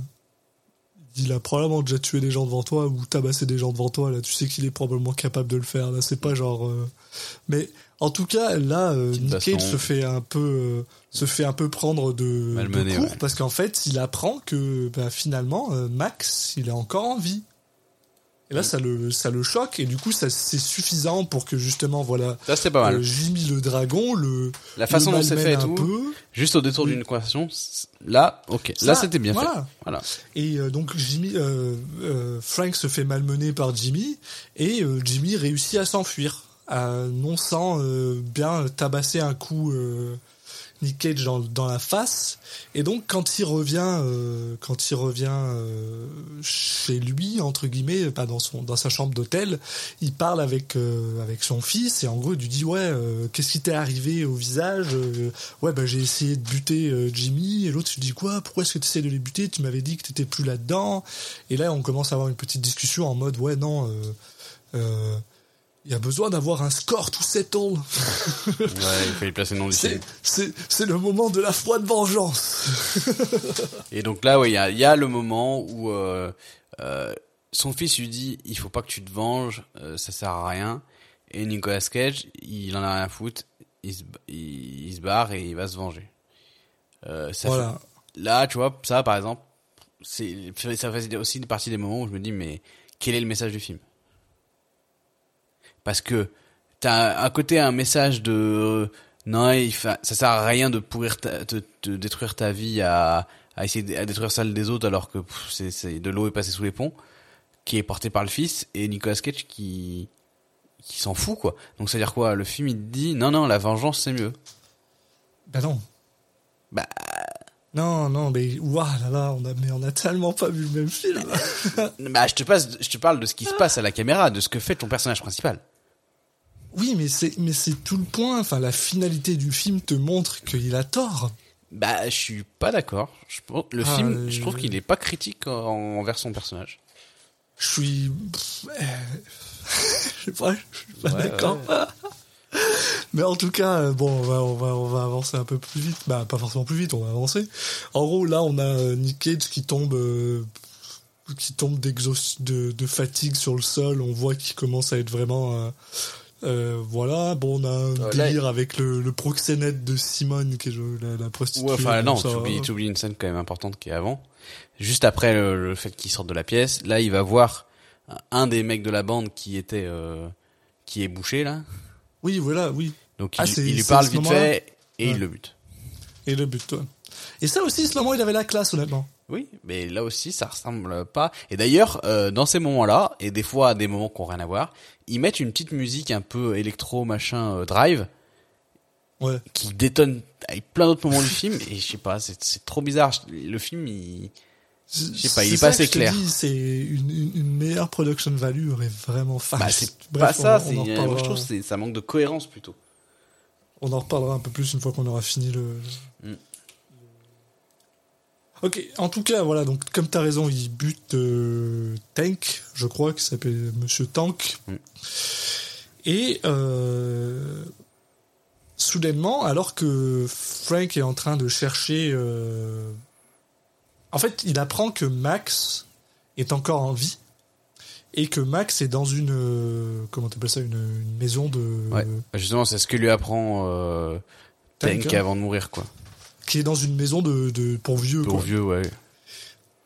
il a probablement déjà tué des gens devant toi ou tabassé des gens devant toi, là tu sais qu'il est probablement capable de le faire, là c'est pas genre euh, mais en tout cas là euh, Petite Nick Cage baston. se fait un peu euh, se fait un peu prendre de, Malmené, de court ouais. parce qu'en fait il apprend que bah, finalement euh, Max il est encore en vie. Et là, ça le, ça le choque, et du coup, ça, c'est suffisant pour que justement, voilà, Ça c'est pas mal. euh, Jimmy le dragon, le, La façon le dont c'est malmène fait et un tout, peu. juste au détour Oui. d'une conversation, c- là, ok, Ça, là c'était bien voilà. fait. Voilà. Et euh, donc Jimmy, euh, euh, Frank se fait malmener par Jimmy, et euh, Jimmy réussit à s'enfuir, à non sans euh, bien tabasser un coup euh, Nick Cage dans, dans la face. Et donc quand il revient, euh, quand il revient euh, chez lui entre guillemets, pas dans son, dans sa chambre d'hôtel, il parle avec euh, avec son fils et en gros il lui dit ouais, euh, qu'est-ce qui t'est arrivé au visage? Euh, ouais bah j'ai essayé de buter euh, Jimmy, et l'autre il dit quoi? Pourquoi est-ce que tu essaies de les buter? Tu m'avais dit que t'étais plus là-dedans. Et là on commence à avoir une petite discussion en mode ouais non. Euh, euh, il y a besoin d'avoir un score to settle. Ouais, il fallait placer le nom du C'est, film. c'est, c'est le moment de la froide vengeance. Et donc là, ouais, il y a, il y a le moment où euh, euh, son fils lui dit, il faut pas que tu te venges, euh, ça sert à rien. Et Nicolas Cage, il en a rien à foutre, il se, il, il se barre et il va se venger. Euh, ça Voilà. fait- là, tu vois, ça par exemple, c'est, ça fait aussi partie des moments où je me dis, mais quel est le message du film? Parce que t'as à côté un message de euh, non, il fa- ça sert à rien de pourrir ta, de, de détruire ta vie à, à essayer de, à détruire celle des autres alors que pff, c'est, c'est de l'eau est passée sous les ponts, qui est porté par le fils, et Nicolas Cage qui qui s'en fout quoi. Donc c'est à dire quoi? Le film il te dit non non, la vengeance c'est mieux. Ben non. Bah Non, non, mais ouah là là, on a, mais on a tellement pas vu le même film. bah je te passe, je te parle de ce qui se passe à la caméra, de ce que fait ton personnage principal. Oui, mais c'est, mais c'est tout le point. Enfin, la finalité du film te montre qu'il a tort. Bah je suis pas d'accord. Je pense- Le Ah, film, euh, je trouve qu'il est pas critique en- envers son personnage. Je suis, pff, euh, je sais pas, je suis pas Ouais, d'accord. Mais en tout cas, euh, bon, on va, on va, on va avancer un peu plus vite. Bah, pas forcément plus vite, on va avancer. En gros, là, on a euh, Nick Cage qui tombe, euh, qui tombe d'exhaust, de, de fatigue sur le sol. On voit qu'il commence à être vraiment, euh, euh, voilà. Bon, on a un Euh, là, délire avec le, le proxénète de Simone, qui est jo- la, la prostituée. Ouais, enfin non, Bon, ça, tu oublies, euh, tu oublies une scène quand même importante qui est avant. Juste après le, le fait qu'il sorte de la pièce, là il va voir un des mecs de la bande qui était euh, qui est bouché là. Oui, voilà, oui. Donc Ah, il, c'est- il lui c'est parle ce vite moment-là fait et Ouais. il le bute. Et le but, ouais. Et ça aussi, ce moment, il avait la classe, honnêtement. Oui, mais là aussi ça ressemble pas. Et d'ailleurs, euh, dans ces moments-là, et des fois à des moments qui ont rien à voir, ils mettent une petite musique un peu électro machin euh, drive Ouais. qui détonne avec plein d'autres moments du film. Et je sais pas, c'est, c'est trop bizarre. Le film, il Je sais pas, il est pas assez clair. C'est une, une, une meilleure production value aurait vraiment fait. bah, c'est Bref, pas ça. on- C'est, on en moi reparlera- je trouve que c'est, ça manque de cohérence plutôt. On en reparlera un peu plus une fois qu'on aura fini le. Mm. Ok, en tout cas, voilà, donc comme t'as raison, il bute euh, Tank, je crois, qui s'appelle Monsieur Tank. Mm. Et euh, soudainement, alors que Frank est en train de chercher... euh, en fait, il apprend que Max est encore en vie et que Max est dans une... euh, comment t'appelles ça? Une, une maison de... Ouais. Justement, c'est ce que lui apprend euh, Tank, Tank hein. avant de mourir, quoi. Qui est dans une maison de, de pour vieux, Pour quoi. vieux, ouais.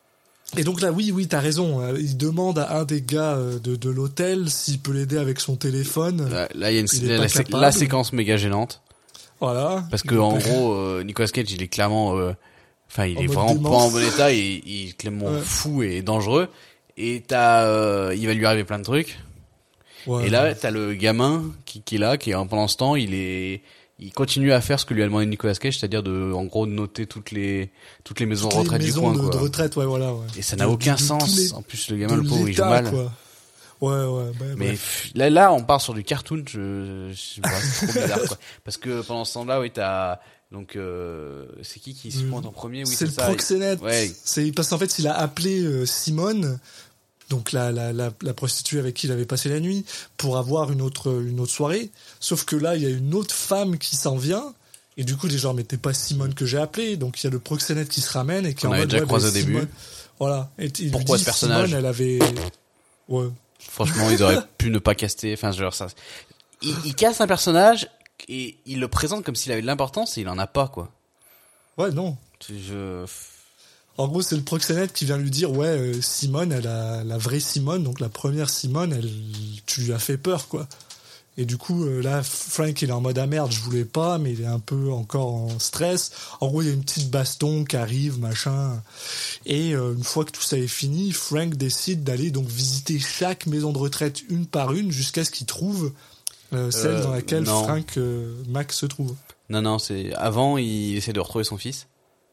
Et donc là, oui, oui, t'as raison. euh, Il demande à un des gars euh, de, de l'hôtel s'il peut l'aider avec son téléphone. Là, là, il y a une, Il est la, pas la, sé- capable. la séquence méga gênante. Voilà. Parce que, Il est en pas- gros, euh, Nicolas Cage, il est clairement, euh, enfin, il En est mode vraiment démence. pas en bon état, il, il est clairement Ouais. fou et dangereux. Et t'as, euh, il va lui arriver plein de trucs. Ouais. Et là, t'as le gamin qui, qui est là, qui est, pendant ce temps, il est, il continue à faire ce que lui a demandé Nicolas Cage, c'est-à-dire de, en gros, de noter toutes les, toutes les maisons Toutes de les retraite du maisons coin, de, quoi. de retraite, ouais, voilà. Ouais. Et ça n'a De- aucun de- de sens. tous les- En plus, le gamin, de le pauvre, il joue l'État, mal. quoi. Ouais, ouais, bah, Mais bref. f- là, là, on part sur du cartoon. Je, je ouais, c'est trop bizarre, quoi. Parce que pendant ce temps-là, oui, t'as donc euh, c'est qui qui se Euh, pointe en premier? Oui, c'est c'est le ça. proxénète. Ouais. C'est parce qu'en fait, il a appelé euh, Simone, donc la, la, la, la prostituée avec qui il avait passé la nuit, pour avoir une autre, une autre soirée. Sauf que là, il y a une autre femme qui s'en vient. Et du coup, les gens, mais t'es pas Simone que j'ai appelé. Donc il y a le proxénète qui se ramène et qui est On en avait mode, déjà ouais, croisé bah, au début. Simone- Voilà. Et il lui Pourquoi dit, ce personnage Simone, elle avait. Ouais. Franchement, ils auraient pu ne pas caster. Enfin, genre ça. Il, il casse un personnage et il le présente comme s'il avait de l'importance et il en a pas, quoi. Ouais, non. Je. En gros, c'est le proxénète qui vient lui dire, ouais, euh, Simone, elle a la vraie Simone, donc la première Simone, elle, tu lui as fait peur, quoi. Et du coup, euh, là, Frank, il est en mode, ah merde, je voulais pas, mais il est un peu encore en stress. En gros, il y a une petite baston qui arrive, machin. Et euh, une fois que tout ça est fini, Frank décide d'aller donc visiter chaque maison de retraite une par une jusqu'à ce qu'il trouve euh, celle Euh, dans laquelle non. Frank euh, Mac se trouve. Non, non, c'est avant, il essaie de retrouver son fils.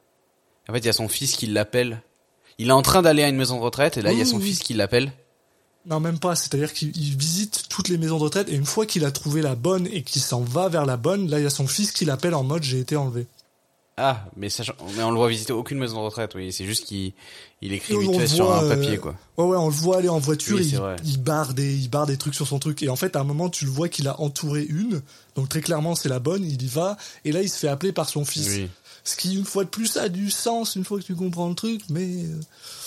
En fait, il y a son fils qui l'appelle. Il est en train d'aller à une maison de retraite et là, il y a Oui, son oui. fils qui l'appelle. Non, même pas. C'est-à-dire qu'il il visite toutes les maisons de retraite et une fois qu'il a trouvé la bonne et qu'il s'en va vers la bonne, là, il y a son fils qui l'appelle en mode j'ai été enlevé. Ah, mais sachant, mais on le voit visiter aucune maison de retraite, oui. C'est juste qu'il, il écrit Nous, vite on fait le sur voit, un euh, papier, quoi. Ouais, ouais, on le voit aller en voiture, Oui, et c'est il, vrai. il barre des, il barre des trucs sur son truc. Et en fait, à un moment, tu le vois qu'il a entouré une. Donc très clairement, c'est la bonne, il y va. Et là, il se fait appeler par son fils. Oui. Ce qui, une fois de plus, a du sens, une fois que tu comprends le truc, mais... euh,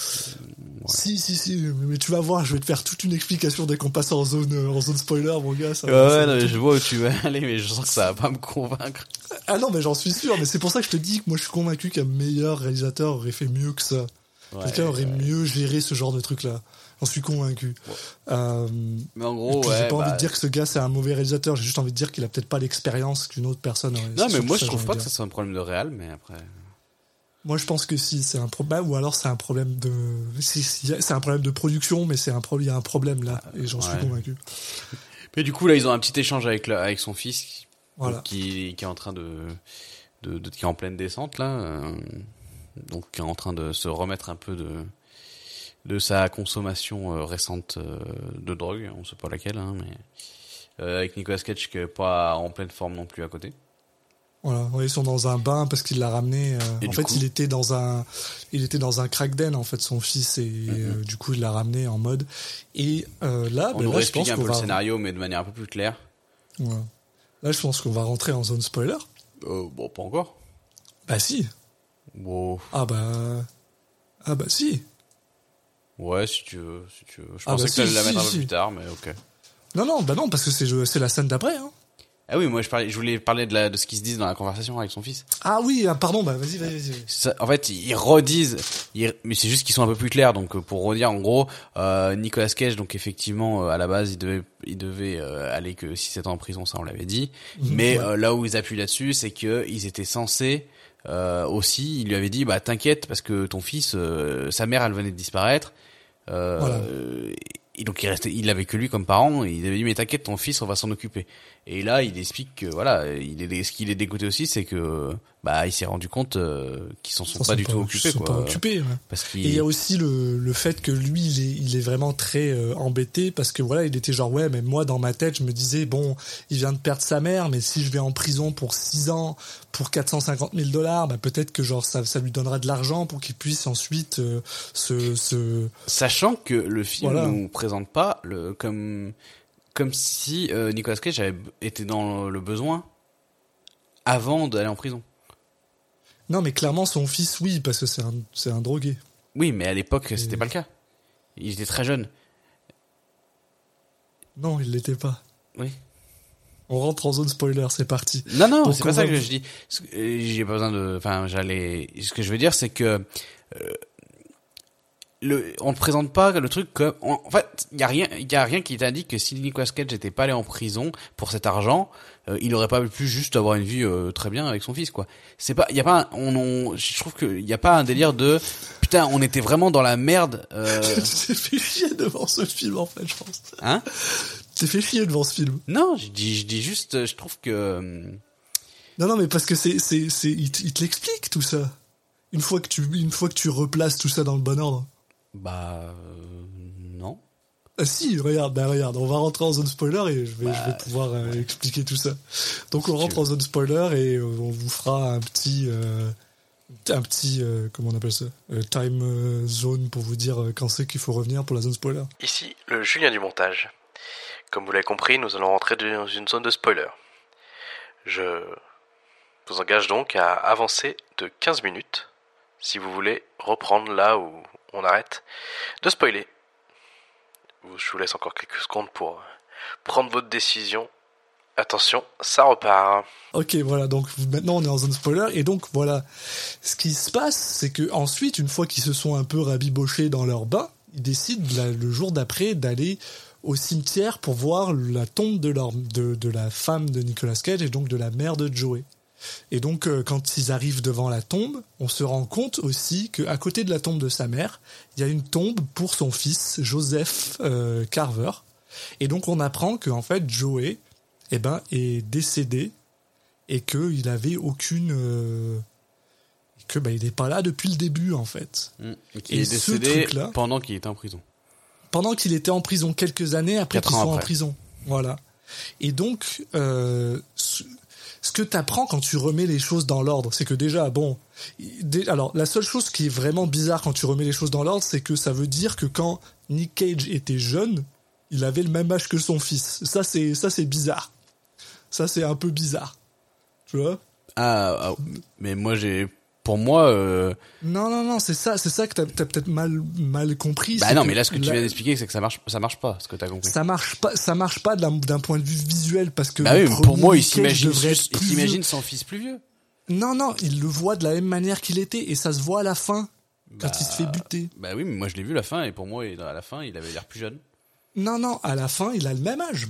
Si, si, si, mais tu vas voir, je vais te faire toute une explication dès qu'on passe en zone, euh, en zone spoiler, mon gars. Ça Ouais, va- ça ouais, va non, mais tout- je vois où tu veux aller, mais je sens que ça va pas me convaincre. Ah non, mais j'en suis sûr, mais c'est pour ça que je te dis que moi je suis convaincu qu'un meilleur réalisateur aurait fait mieux que ça. Ouais, Quelqu'un aurait ouais. mieux géré ce genre de truc-là. J'en suis convaincu. Euh, Mais en et gros, puis ouais. j'ai pas bah, envie de dire que ce gars c'est un mauvais réalisateur, j'ai juste envie de dire qu'il a peut-être pas l'expérience qu'une autre personne aurait. Non, C'est mais surtout moi, ça, je trouve j'ai pas envie que de ça soit un problème de réal, mais après. Moi je pense que si, c'est un problème, ou alors c'est un problème de. si- si- C'est un problème de production, mais c'est un problème, il y a un problème là, et j'en suis ouais. convaincu. Mais du coup, là, ils ont un petit échange avec, le, avec son fils, qui- Voilà. donc, qui, qui est en train de, de, de, qui est en pleine descente, là. euh, donc, qui est en train de se remettre un peu de, de sa consommation euh, récente euh, de drogue, on sait pas laquelle, hein, mais euh, avec Nicolas Cage qui est pas en pleine forme non plus à côté. Voilà, ouais, ils sont dans un bain parce qu'il l'a ramené. euh, Et en du fait, coup il était dans un, il était dans un crack den en fait, son fils, et euh, du coup, il l'a ramené en mode. Et euh, là, On ben nous là, je pense réexplique un qu'on peu le va. scénario, mais de manière un peu plus claire. Ouais. Là, je pense qu'on va rentrer en zone spoiler. Euh, bon, pas encore. Bah si. Bon, Ah bah. Ah bah si. ouais, si tu veux, si tu veux. Je Ah pensais bah que tu allais si, la si, mettre un peu si. plus tard, mais ok. Non non, bah non, parce que c'est c'est la scène d'après. Hein. Ah oui, moi je parlais, je voulais parler de la, de ce qu'ils se disent dans la conversation avec son fils. Ah oui, ah, pardon, bah vas-y, vas-y, vas-y. Ça, en fait, ils redisent, ils- mais c'est juste qu'ils sont un peu plus clairs. Donc, euh, pour redire, en gros, euh, Nicolas Cage, donc effectivement, euh, à la base, il devait, il devait euh, aller que six sept ans en prison, ça on l'avait dit. Mhm, Mais ouais. euh, là où ils appuient là-dessus, c'est que ils étaient censés euh, aussi, il lui avait dit, bah t'inquiète parce que ton fils, euh, sa mère, elle venait de disparaître. Euh, Voilà. Et donc il restait, il avait que lui comme parent. Et il avait dit mais t'inquiète, ton fils, on va s'en occuper. Et là, il explique que voilà, il est, ce qu'il est dégoûté aussi, c'est que bah il s'est rendu compte euh, qu'ils s'en sont Ils pas du tout ils occupés sont quoi. pas occupés, ouais. Parce Et il y qu'il a aussi le, le fait que lui, il est, il est vraiment très euh, embêté parce que voilà, il était genre, ouais, mais moi, dans ma tête, je me disais, bon, il vient de perdre sa mère, mais si je vais en prison pour six ans, pour quatre cent cinquante mille dollars, bah, peut-être que genre, ça, ça lui donnera de l'argent pour qu'il puisse ensuite euh, se, se, sachant que le film Voilà. nous présente pas le comme comme si euh, Nicolas Cage avait été dans le besoin avant d'aller en prison. Non, mais clairement, son fils, oui, parce que c'est un, c'est un drogué. Oui, mais à l'époque, Et- c'était pas le cas. Il était très jeune. Non, il l'était pas. Oui. On rentre en zone spoiler, c'est parti. Non, non, Donc, c'est on pas ça va- que je dis. Ce que- J'ai pas besoin de. Enfin, j'allais. Ce que je veux dire, c'est que euh, le, on ne présente pas le truc comme, en, en fait, il y a rien, il y a rien qui t'indique que si Nicolas Cage n'était pas allé en prison pour cet argent, euh, il aurait pas pu juste avoir une vie euh, très bien avec son fils, quoi. C'est pas, il y a pas, un, on, on, je trouve que il y a pas un délire de, putain, on était vraiment dans la merde. Euh... Tu t'es fait chier devant ce film, en fait, je pense. Hein? Tu t'es fait chier devant ce film. Non, je dis, je dis juste, je trouve que. Non, non, mais parce que c'est, c'est, c'est, il, te- il te l'explique tout ça. Une fois que tu, une fois que tu replaces tout ça dans le bon ordre. Bah euh, non. Ah si, regarde, bah regarde, on va rentrer en zone spoiler et je vais, Bah, je vais pouvoir euh, expliquer tout ça. Donc si on tu rentre veux. en zone spoiler et euh, on vous fera un petit, euh, un petit, euh, comment on appelle ça, euh, time euh, zone pour vous dire euh, quand c'est qu'il faut revenir pour la zone spoiler. Ici, le Julien du montage. Comme vous l'avez compris, nous allons rentrer dans une zone de spoiler. Je vous engage donc à avancer de quinze minutes, si vous voulez reprendre là où on arrête de spoiler. Je vous laisse encore quelques secondes pour prendre votre décision. Attention, ça repart. Ok, voilà, donc maintenant on est en zone spoiler, et donc voilà, ce qui se passe, c'est que ensuite, une fois qu'ils se sont un peu rabibochés dans leur bain, ils décident la- le jour d'après d'aller au cimetière pour voir la tombe de, leur, de, de la femme de Nicolas Cage et donc de la mère de Joey. Et donc euh, quand ils arrivent devant la tombe, on se rend compte aussi qu'à côté de la tombe de sa mère, il y a une tombe pour son fils, Joseph euh, Carver. Et donc on apprend qu'en fait Joey eh ben, est décédé et qu'il avait aucune... Euh, que bah, il n'est pas là depuis le début en fait. Mmh. Et qu'il Et est ce décédé truc-là- pendant qu'il était en prison. Pendant qu'il était en prison quelques années après Quatre qu'il ans soit en après. prison. Voilà. Et donc, euh, ce, ce que t'apprends quand tu remets les choses dans l'ordre, c'est que déjà, bon, dé- alors la seule chose qui est vraiment bizarre quand tu remets les choses dans l'ordre, c'est que ça veut dire que quand Nick Cage était jeune, il avait le même âge que son fils. Ça, c'est ça, c'est bizarre. Ça, c'est un peu bizarre. Tu vois? Ah, ah, mais moi j'ai, pour moi, euh... Non, non, non, c'est ça, c'est ça que t'as, t'as peut-être mal, mal compris. bah c'est non, que mais là ce que tu la- viens d'expliquer, c'est que ça marche, ça marche pas, ce que t'as compris. Ça marche pas, ça marche pas d'un, d'un point de vue visuel parce que Bah le oui, mais pour premier moi, il Nick Cage s'imagine devrait juste, être il plus s'imagine vieux. son fils plus vieux. Non, non, il le voit de la même manière qu'il était et ça se voit à la fin quand Bah, il se fait buter. Bah oui, mais moi je l'ai vu la fin et pour moi, il- à la fin, il avait l'air plus jeune. Non, non, à la fin, il a le même âge.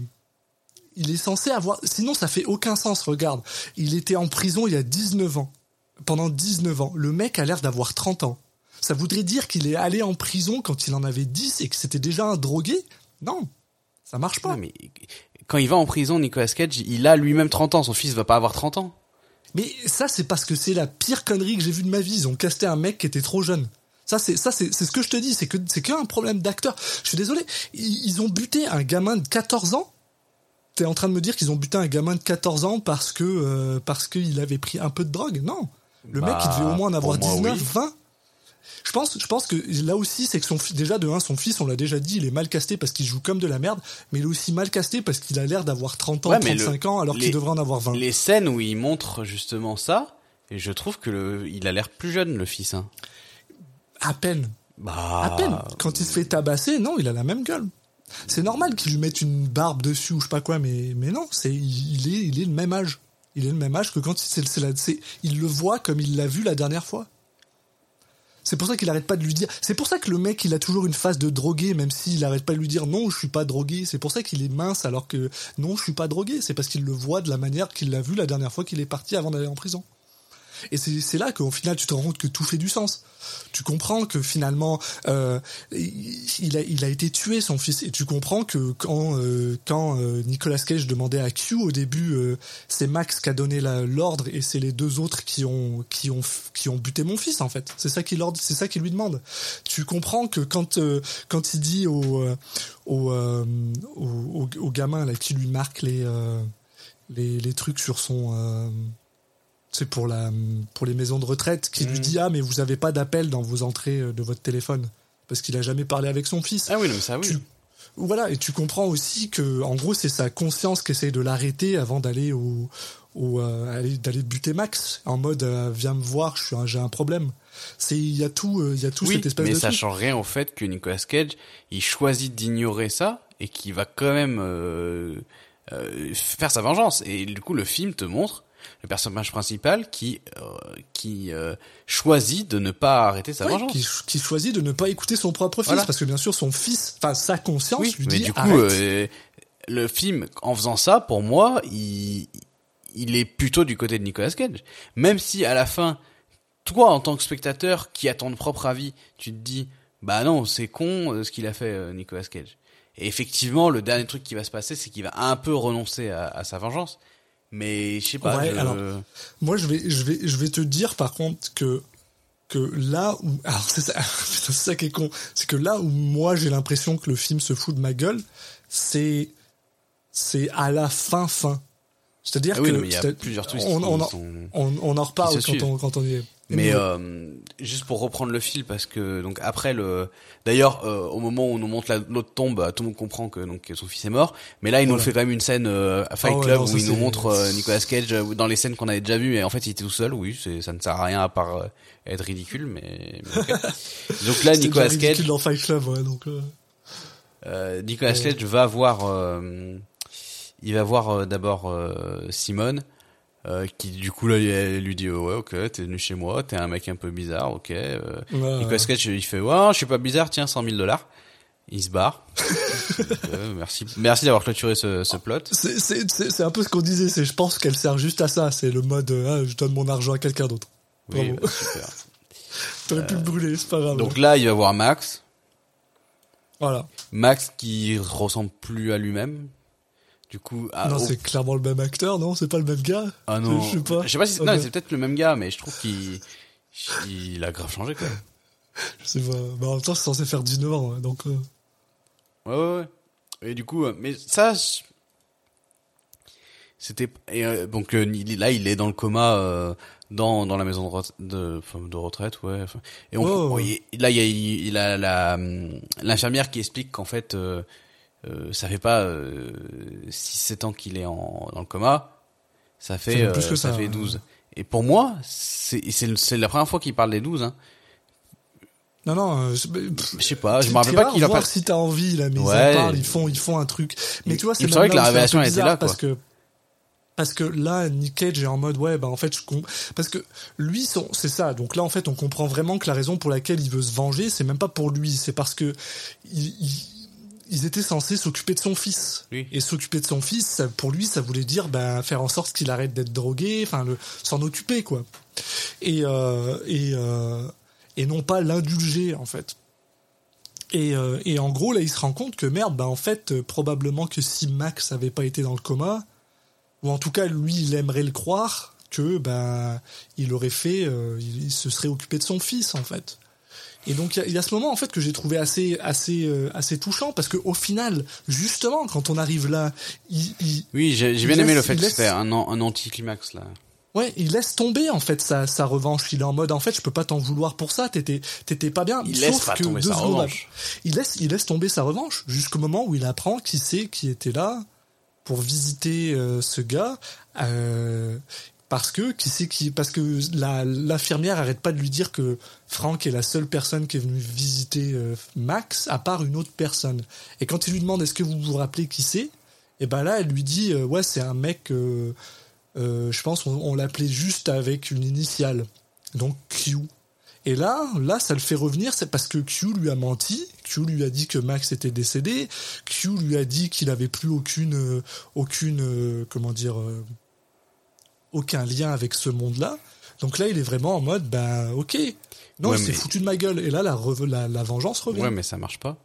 Il est censé avoir... Sinon, ça fait aucun sens, regarde. Il était en prison il y a dix-neuf ans. Pendant dix-neuf ans. Le mec a l'air d'avoir trente ans. Ça voudrait dire qu'il est allé en prison quand il en avait dix et que c'était déjà un drogué? Non, ça marche pas. Non, mais quand il va en prison, Nicolas Cage, il a lui-même trente ans, son fils va pas avoir trente ans. Mais ça, c'est parce que c'est la pire connerie que j'ai vue de ma vie. Ils ont casté un mec qui était trop jeune. Ça, c'est ça, c'est c'est ce que je te dis. C'est que c'est qu'un problème d'acteur. Je suis désolé. Ils, ils ont buté un gamin de quatorze ans. T'es en train de me dire qu'ils ont buté un gamin de quatorze ans parce que euh, parce qu'il avait pris un peu de drogue? Non. Le Bah, mec, il devait au moins en avoir pour moi, dix-neuf, oui. vingt. Je pense, je pense que là aussi, c'est que son fils, déjà de un, son fils, on l'a déjà dit, il est mal casté parce qu'il joue comme de la merde, mais il est aussi mal casté parce qu'il a l'air d'avoir trente ans, Ouais, mais le- trente-cinq ans, alors les- qu'il devrait en avoir vingt. Les scènes où il montre justement ça, et je trouve que le, il a l'air plus jeune, le fils. Hein. À peine. Bah, À peine. Quand il se fait tabasser, non, il a la même gueule. C'est normal qu'il lui mette une barbe dessus ou je sais pas quoi, mais, mais non, c'est, il est, il est le même âge. Il est le même âge que quand il, c'est, c'est la- c'est- il le voit comme il l'a vu la dernière fois. C'est pour ça qu'il arrête pas de lui dire. C'est pour ça que le mec, il a toujours une phase de drogué, même s'il arrête pas de lui dire non, je suis pas drogué. C'est pour ça qu'il est mince alors que non, je suis pas drogué. C'est parce qu'il le voit de la manière qu'il l'a vu la dernière fois qu'il est parti avant d'aller en prison. Et c'est, c'est là qu'au final, tu te rends compte que tout fait du sens. Tu comprends que finalement, euh, il, a, il a été tué, son fils. Et tu comprends que quand, euh, quand euh, Nicolas Cage demandait à Q au début, euh, c'est Max qui a donné la, l'ordre et c'est les deux autres qui ont, qui ont, qui ont buté mon fils, en fait. C'est ça qu'il leur, c'est ça qu'il lui demande. Tu comprends que quand, euh, quand il dit au, euh, au, euh, au, au, au gamin là, qui lui marque les, euh, les, les trucs sur son... Euh, c'est pour la pour les maisons de retraite qui lui dit ah mais vous avez pas d'appel dans vos entrées de votre téléphone parce qu'il a jamais parlé avec son fils. Ah oui, non, mais ça oui. Tu, voilà, et tu comprends aussi que en gros c'est sa conscience qui essaye de l'arrêter avant d'aller au, au euh, aller, d'aller buter Max en mode euh, viens me voir, je suis un, j'ai un problème. C'est il y a tout il y a tout Oui, cette espèce mais de ça truc. change rien au fait que Nicolas Cage, il choisit d'ignorer ça et qu'il va quand même euh, euh, faire sa vengeance. Et du coup, le film te montre le personnage principal qui euh, qui euh, choisit de ne pas arrêter sa Ouais, vengeance. qui, qui choisit de ne pas écouter son propre fils, Voilà. parce que bien sûr son fils, enfin sa conscience Oui, lui mais dit du coup, arrête. euh, le film, en faisant ça, pour moi, il, il est plutôt du côté de Nicolas Cage. Même si, à la fin, toi, en tant que spectateur, qui a ton propre avis, tu te dis, bah non, c'est con euh, ce qu'il a fait, euh, Nicolas Cage. Et effectivement, le dernier truc qui va se passer, c'est qu'il va un peu renoncer à, à sa vengeance. Mais, je sais pas, Ouais, je... alors, Moi, je vais, je vais, je vais te dire par contre que que là où, alors c'est ça, c'est ça qui est con, c'est que là où moi j'ai l'impression que le film se fout de ma gueule, c'est c'est à la fin fin. C'est-à-dire Ah oui, que non, mais il y a c'est- plusieurs twists on, qui on, en, sont- on, on en reparle qui se quand on, suivent. quand on y est. Mais euh, juste pour reprendre le fil, parce que donc après le, d'ailleurs euh, au moment où on nous montre la- l'autre tombe, bah, tout le monde comprend que donc que son fils est mort. Mais là, il nous Voilà. fait quand même une scène euh, à Fight Ah ouais, Club non, ça, où il nous c'est- montre euh, Nicolas Cage euh, dans les scènes qu'on avait déjà vues. Et en fait, il était tout seul. Oui, c'est, ça ne sert à rien à part euh, être ridicule, mais. mais ok. Donc là, C'était Nicolas déjà Cage, ridicule dans Fight Club, ouais, donc. Euh... euh, Nicolas Ouais. Cage va voir, euh, il va voir euh, d'abord euh, Simone. Euh, qui du coup là elle lui dit oh, ouais ok t'es venu chez moi, t'es un mec un peu bizarre, ok euh, Ouais, Nicolas ouais. Cage il fait ouais je suis pas bizarre, tiens cent mille dollars, il se barre. euh, merci merci d'avoir clôturé ce, ce plot. C'est, c'est, c'est, c'est un peu ce qu'on disait, c'est je pense qu'elle sert juste à ça, c'est le mode euh, ah, je donne mon argent à quelqu'un d'autre. Oui, Bravo. bah, super. T'aurais pu le brûler, c'est pas grave. Donc là il va voir Max voilà. Max qui ressemble plus à lui-même. Du coup, ah, non, oh, c'est clairement le même acteur, non? C'est pas le même gars? ah non, Je sais pas. je sais pas si c'est, Ah non, ben, c'est peut-être le même gars, mais je trouve qu'il, il a grave changé quand même. Je sais pas. Bah, en même temps, c'est censé faire dix-neuf ans, hein, donc, euh, Ouais, ouais, ouais. Et du coup, euh, mais ça, je- c'était, et euh, donc euh, il- là, il est dans le coma, euh, dans dans la maison de, re- de, enfin, de retraite, ouais. enfin. Et on, Oh. on- il- là, il y a, il a la hum, l'infirmière qui explique qu'en fait, euh, euh, ça fait pas euh, six sept ans qu'il est en dans le coma, ça fait fait plus euh, que ça ça, fait hein. douze. Et pour moi, c'est c'est le- c'est la première fois qu'il parle des douze. Hein. non, non, euh, je pff, Je sais pas, je me rappelle t'iras pas qu'il a voir pas. si t'as envie, là, mais Ouais. ils en parlent, ils font, ils font un truc. Mais Il- tu vois, c'est il me même semblait que là la où c'est un révélation peu était bizarre là, quoi. parce que, parce que là, Nick Cage est en mode, ouais, bah, en fait, je com... parce que lui, son... c'est ça. Donc là, en fait, on comprend vraiment que la raison pour laquelle il veut se venger, c'est même pas pour lui, c'est parce que il, il- ils étaient censés s'occuper de son fils. Oui. Et s'occuper de son fils, ça- pour lui, ça voulait dire, ben, faire en sorte qu'il arrête d'être drogué, enfin, le... s'en occuper, quoi. Et, euh, et, euh, et non pas l'indulger, en fait. Et, euh, et en gros, là, il se rend compte que merde, bah en fait, euh, probablement que si Max avait pas été dans le coma, ou en tout cas, lui, il aimerait le croire, que bah il aurait fait, euh, il, il se serait occupé de son fils, en fait. Et donc, il y a- il y, a ce moment, en fait, que j'ai trouvé assez, assez, euh, assez touchant, parce que au final, justement, quand on arrive là, il, il, Oui, j'ai j'ai il bien aimé laisse- le fait il que laisse- c'était un, an- un anti-climax là. ouais, il laisse tomber, en fait, sa, sa revanche. Il est en mode, en fait, je peux pas t'en vouloir pour ça, t'étais, t'étais pas bien. Il Sauf laisse pas que tomber deux sa secondes revanche. Il laisse, il laisse tomber sa revanche jusqu'au moment où il apprend qui c'est qui était là pour visiter euh, ce gars, euh, parce que qui c'est qui, parce que la l'infirmière arrête pas de lui dire que Frank est la seule personne qui est venue visiter euh, Max à part une autre personne. Et quand il lui demande est-ce que vous vous rappelez qui c'est, et ben là elle lui dit euh, ouais c'est un mec, euh, euh, je pense on, on l'appelait juste avec une initiale, donc Q. Et là, là, ça le fait revenir, c'est parce que Q lui a menti. Q lui a dit que Max était décédé. Q lui a dit qu'il avait plus aucune, euh, aucune, euh, comment dire, euh, aucun lien avec ce monde-là. Donc là, il est vraiment en mode, ben, ok. Non, Ouais, il s'est mais- foutu de ma gueule. Et là, la, re- la, la vengeance revient. Ouais, mais ça marche pas.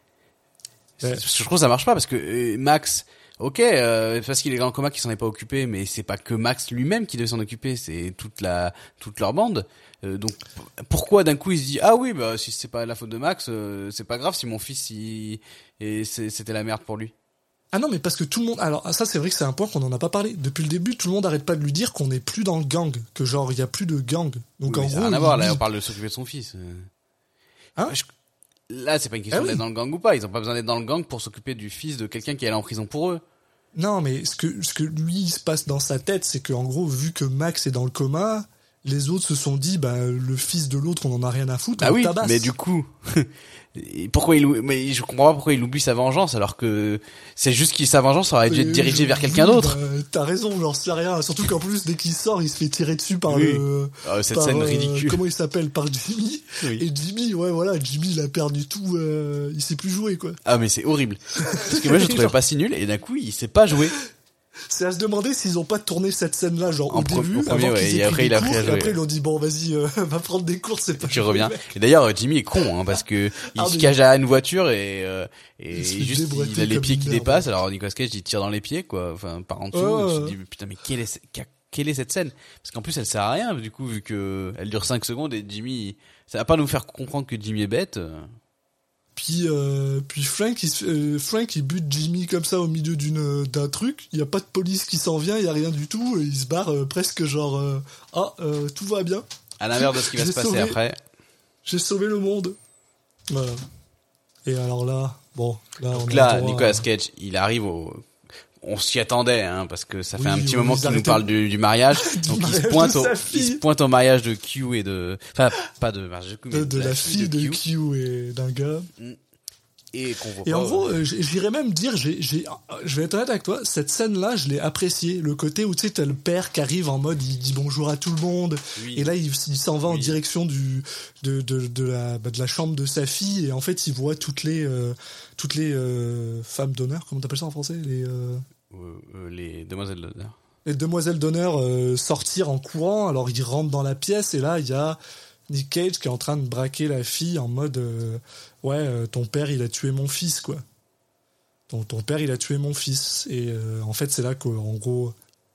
Ouais. C'est- Je trouve que ça marche pas parce que euh, Max, ok, euh, parce qu'il est dans le coma, qu'il s'en est pas occupé, mais c'est pas que Max lui-même qui devait s'en occuper, c'est toute la toute leur bande. Euh, donc p- pourquoi d'un coup il se dit ah oui bah si c'est pas la faute de Max, euh, c'est pas grave si mon fils il et c'est- c'était la merde pour lui. Ah non, mais parce que tout le monde... Alors ça, c'est vrai que c'est un point qu'on en a pas parlé. Depuis le début, tout le monde arrête pas de lui dire qu'on n'est plus dans le gang. Que genre, il y a plus de gang. Donc Oui, en mais ça gros... n'a rien à voir, là lui- on parle de s'occuper de son fils. euh. Hein Je- Là c'est pas une question Ah oui. d'être dans le gang ou pas, ils ont pas besoin d'être dans le gang pour s'occuper du fils de quelqu'un qui est allé en prison pour eux. Non, mais ce que, ce que lui il se passe dans sa tête, c'est qu'en gros, vu que Max est dans le coma, les autres se sont dit, bah, le fils de l'autre, on en a rien à foutre, on Ah le oui, tabasse. mais du coup, Et pourquoi il, mais je comprends pas pourquoi il oublie sa vengeance alors que c'est juste que sa vengeance aurait dû être dirigée vers quelqu'un d'autre. Bah, t'as raison, j'en sais rien. Surtout qu'en plus, dès qu'il sort, il se fait tirer dessus par Oui. le... Ah, cette par, scène euh, ridicule. Comment il s'appelle? Par Jimmy. Oui. Et Jimmy, ouais, voilà, Jimmy, il a perdu tout, euh, il sait plus jouer, quoi. Ah, mais c'est horrible. Parce que moi, je le trouvais Genre- pas si nul et d'un coup, il sait pas jouer. C'est à se demander s'ils ont pas tourné cette scène-là, genre En au pro- début, au premier, avant ouais, qu'ils et aient après, pris il des a appris cours, à et jouer. après ils ont dit bon vas-y, euh, va prendre des cours, c'est pas Tu jouer, reviens. mec. Et d'ailleurs, Jimmy est con, hein, parce que il Ah, se mais- cache derrière une voiture et, euh, et Il se fait juste, déboîter il a les comme pieds une qui merde. dépassent. Alors, Nicolas Cage, il tire dans les pieds, quoi. Enfin, par en dessous. Ouais, et tu ouais. te dis, mais putain, mais quelle est, quelle est cette scène? Parce qu'en plus, elle sert à rien, du coup, vu que elle dure cinq secondes et Jimmy, ça va pas nous faire comprendre que Jimmy est bête. Puis euh, puis Frank il, se- euh, Frank il bute Jimmy comme ça au milieu d'une d'un truc, il y a pas de police qui s'en vient, il y a rien du tout, et il se barre euh, presque genre euh, ah euh, tout va bien, À l'inverse de ce qui va J'ai se passer sauvé- après. j'ai sauvé le monde. Voilà. Et alors là, bon, là on Donc a là, droit Nicolas à- Cage, il arrive au, on s'y attendait, hein, parce que ça fait Oui, un petit oui, moment ils qu'il nous arrêtaient- parle du, du mariage. Du Donc il se mariage pointe de au, sa il se fille. pointe au mariage de Q et de, enfin, pas de mariage de Q, mais de, de la fille de Q et d'un gars. Et qu'on voit Et pas, en gros, euh, euh, j- j'irais même dire, j'ai, j'ai, je vais être honnête avec toi, cette scène-là, je l'ai appréciée. Le côté où tu sais, t'as le père qui arrive en mode, il dit bonjour à tout le monde, oui. et là, il, il s'en va en Oui. direction du, de, de, de la, bah, de la chambre de sa fille, et en fait, il voit toutes les, euh, toutes les euh, femmes d'honneur, comment t'appelles ça en français, les, euh, euh, euh, les demoiselles d'honneur. les demoiselles d'honneur euh, sortir en courant. Alors, il rentre dans la pièce, et là, il y a Nick Cage qui est en train de braquer la fille en mode, euh, ouais, euh, ton père, il a tué mon fils, quoi. Ton, ton père, il a tué mon fils. Et euh, en fait, c'est là qu'en gros,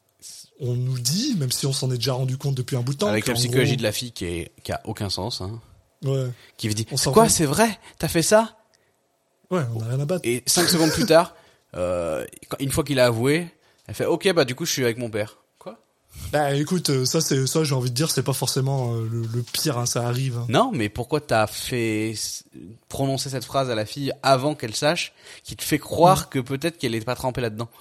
on nous dit, même si on s'en est déjà rendu compte depuis un bout de temps, Avec la qu'en psychologie gros- de la fille qui est, qui a aucun sens, hein. Ouais, Qui vous dit, On s'en quoi, rend- c'est vrai? T'as fait ça? ouais, on a rien à battre. Et cinq secondes plus tard, euh, quand- une fois qu'il a avoué, elle fait, ok, bah, du coup, je suis avec mon père. Quoi? Bah écoute, euh, ça, c'est ça, j'ai envie de dire, c'est pas forcément euh, le, le pire, hein, ça arrive. hein. Non, mais pourquoi t'as fait s- prononcer cette phrase à la fille avant qu'elle sache, qui te fait croire Mm. que peut-être qu'elle est pas trempée là-dedans?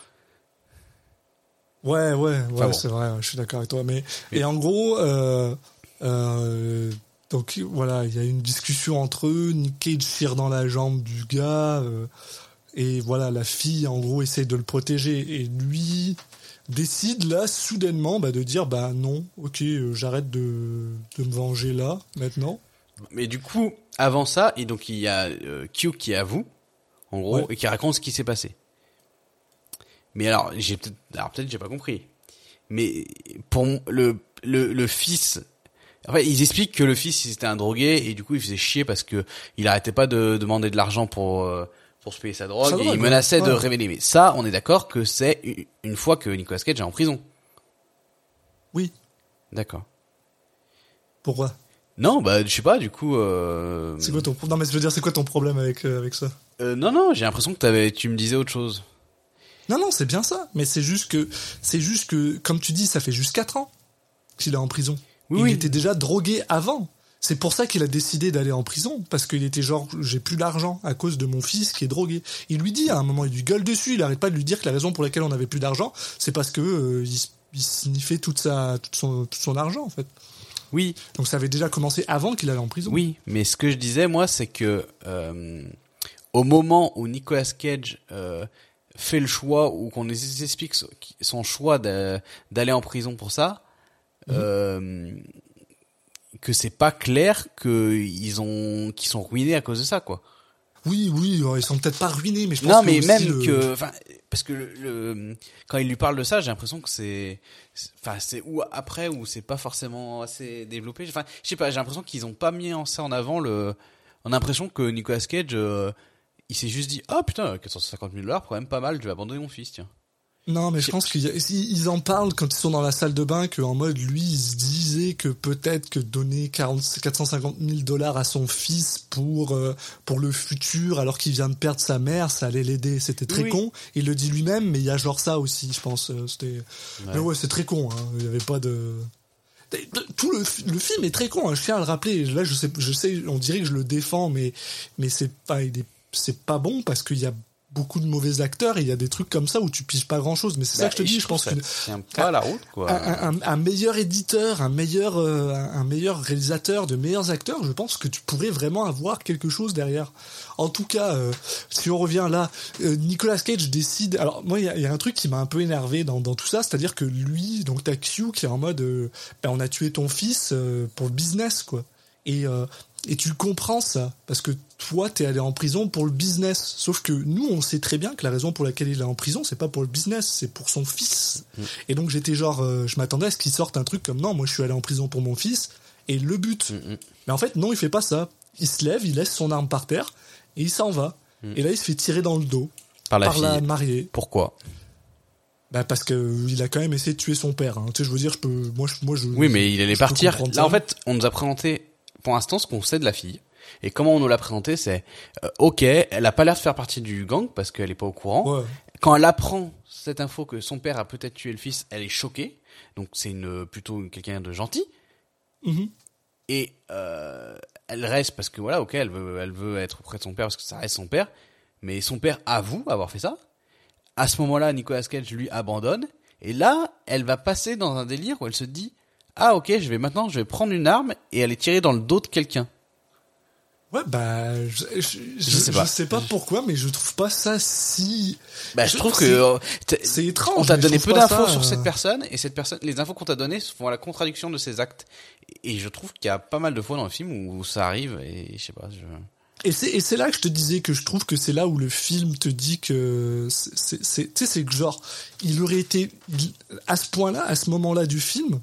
Ouais, ouais, ouais, Enfin bon. c'est vrai, je suis d'accord avec toi. Mais, et en gros, euh, euh, donc voilà, il y a une discussion entre eux, Nick Cage tire dans la jambe du gars, euh, et voilà, la fille, en gros, essaye de le protéger, et lui décide là, soudainement, bah, de dire, bah non, ok, euh, j'arrête de, de me venger là, maintenant. Mais du coup, avant ça, et donc il y a euh, Q qui avoue, en gros, Ouais. et qui raconte ce qui s'est passé. Mais alors, j'ai peut-être, alors peut-être j'ai pas compris. Mais pour m- le le le fils, après ils expliquent que le fils c'était un drogué et du coup il faisait chier parce que il arrêtait pas de demander de l'argent pour euh, pour se payer sa drogue Sa et drogue, il menaçait ouais. de révéler. Mais ça, on est d'accord que c'est u- une fois que Nicolas Cage est en prison. Oui. D'accord. Pourquoi? Non, bah je sais pas. Du coup. Euh... C'est quoi ton, non, mais je veux dire, c'est quoi ton problème avec, euh, avec ça? Euh, non, non, j'ai l'impression que t'avais, tu me disais autre chose. Non, non, c'est bien ça. Mais c'est juste que, c'est juste que, comme tu dis, ça fait juste quatre ans qu'il est en prison. Oui, il oui. était déjà drogué avant. C'est pour ça qu'il a décidé d'aller en prison. Parce qu'il était genre, j'ai plus d'argent à cause de mon fils qui est drogué. Il lui dit, à un moment, il lui gueule dessus. Il arrête pas de lui dire que la raison pour laquelle on avait plus d'argent, c'est parce que, euh, il, il sniffait toute sa, toute son, tout son argent, en fait. Oui, Donc ça avait déjà commencé avant qu'il allait en prison. oui, mais ce que je disais moi, c'est que euh, au moment où Nicolas Cage euh, fait le choix ou qu'on nous explique son- son choix de- d'aller en prison pour ça, Mhm. euh, que c'est pas clair que ils ont qu'ils sont ruinés à cause de ça, quoi. Oui, oui, ouais, ils sont peut-être pas ruinés, mais je pense Non, que mais aussi même le- que, enfin, parce que le, le- quand il lui parle de ça, j'ai l'impression que c'est, c'est- enfin, c'est ou après ou c'est pas forcément assez développé. Enfin, je sais pas, j'ai l'impression qu'ils ont pas mis en ça en avant le. On a l'impression que Nicolas Cage, euh, il s'est juste dit, oh putain, quatre cent cinquante mille dollars, quand même pas mal, je vais abandonner mon fils, tiens. Non, mais je pense qu'ils ils en parlent quand ils sont dans la salle de bain, qu'en mode, lui, il se disait que peut-être que donner quarante, quatre cent cinquante mille dollars à son fils pour, euh, pour le futur, alors qu'il vient de perdre sa mère, ça allait l'aider. C'était très Oui. con. Il le dit lui-même, mais il y a genre ça aussi, je pense. euh, C'était... Mais ouais, c'est très con, hein. Il y avait pas de... Tout le, le film est très con, hein. Je tiens à le rappeler. Là, je sais, je sais, on dirait que je le défends, mais, mais c'est pas, il est, c'est pas bon parce qu'il y a beaucoup de mauvais acteurs et il y a des trucs comme ça où tu piges pas grand chose, mais c'est Bah, ça que je te dis, je pense que que c'est un pas à la route, quoi. un, un, un meilleur éditeur, un meilleur, euh, un meilleur réalisateur, de meilleurs acteurs, je pense que tu pourrais vraiment avoir quelque chose derrière. En tout cas, euh, si on revient là, euh, Nicolas Cage décide. Alors moi, il y a, y a un truc qui m'a un peu énervé dans, dans tout ça, c'est-à-dire que lui, donc t'as Q qui est en mode, euh, ben, on a tué ton fils euh, pour le business, quoi. Et euh, et tu le comprends ça, parce que toi, t'es allé en prison pour le business. Sauf que nous, on sait très bien que la raison pour laquelle il est en prison, c'est pas pour le business, c'est pour son fils. Mmh. Et donc j'étais genre, euh, je m'attendais à ce qu'il sorte un truc comme non, moi je suis allé en prison pour mon fils et le but. Mmh. Mais en fait, non, il fait pas ça. Il se lève, il laisse son arme par terre et il s'en va. Mmh. Et là, il se fait tirer dans le dos par la, par fille. la mariée. Pourquoi? Bah parce que il a quand même essayé de tuer son père. Hein. Tu sais, je veux dire, je peux, moi, je, moi, je. Oui, mais il allait partir. Là, ça. En fait, on nous a présenté pour l'instant ce qu'on sait de la fille. Et comment on nous l'a présenté, c'est euh, ok, elle a pas l'air de faire partie du gang parce qu'elle est pas au courant. Ouais. Quand elle apprend cette info que son père a peut-être tué le fils, elle est choquée. Donc c'est une plutôt quelqu'un de gentil. Mm-hmm. Et euh, elle reste parce que voilà, ok, elle veut, elle veut être auprès de son père parce que ça reste son père. Mais son père avoue avoir fait ça. À ce moment-là, Nicolas Cage lui abandonne. Et là, elle va passer dans un délire où elle se dit ah ok, je vais maintenant, je vais prendre une arme et aller tirer dans le dos de quelqu'un. Ouais, bah, je, je, je, je, sais, pas. je sais pas pourquoi, mais je trouve pas ça si. Bah, je, je trouve que c'est, c'est étrange. On t'a donné peu d'infos ça, sur euh... cette personne, et cette personne, les infos qu'on t'a données font la contradiction de ses actes. Et je trouve qu'il y a pas mal de fois dans le film où ça arrive, et je sais pas. Je... Et c'est et c'est là que je te disais que je trouve que c'est là où le film te dit que c'est c'est tu sais c'est que genre il aurait été à ce point-là, à ce moment-là du film.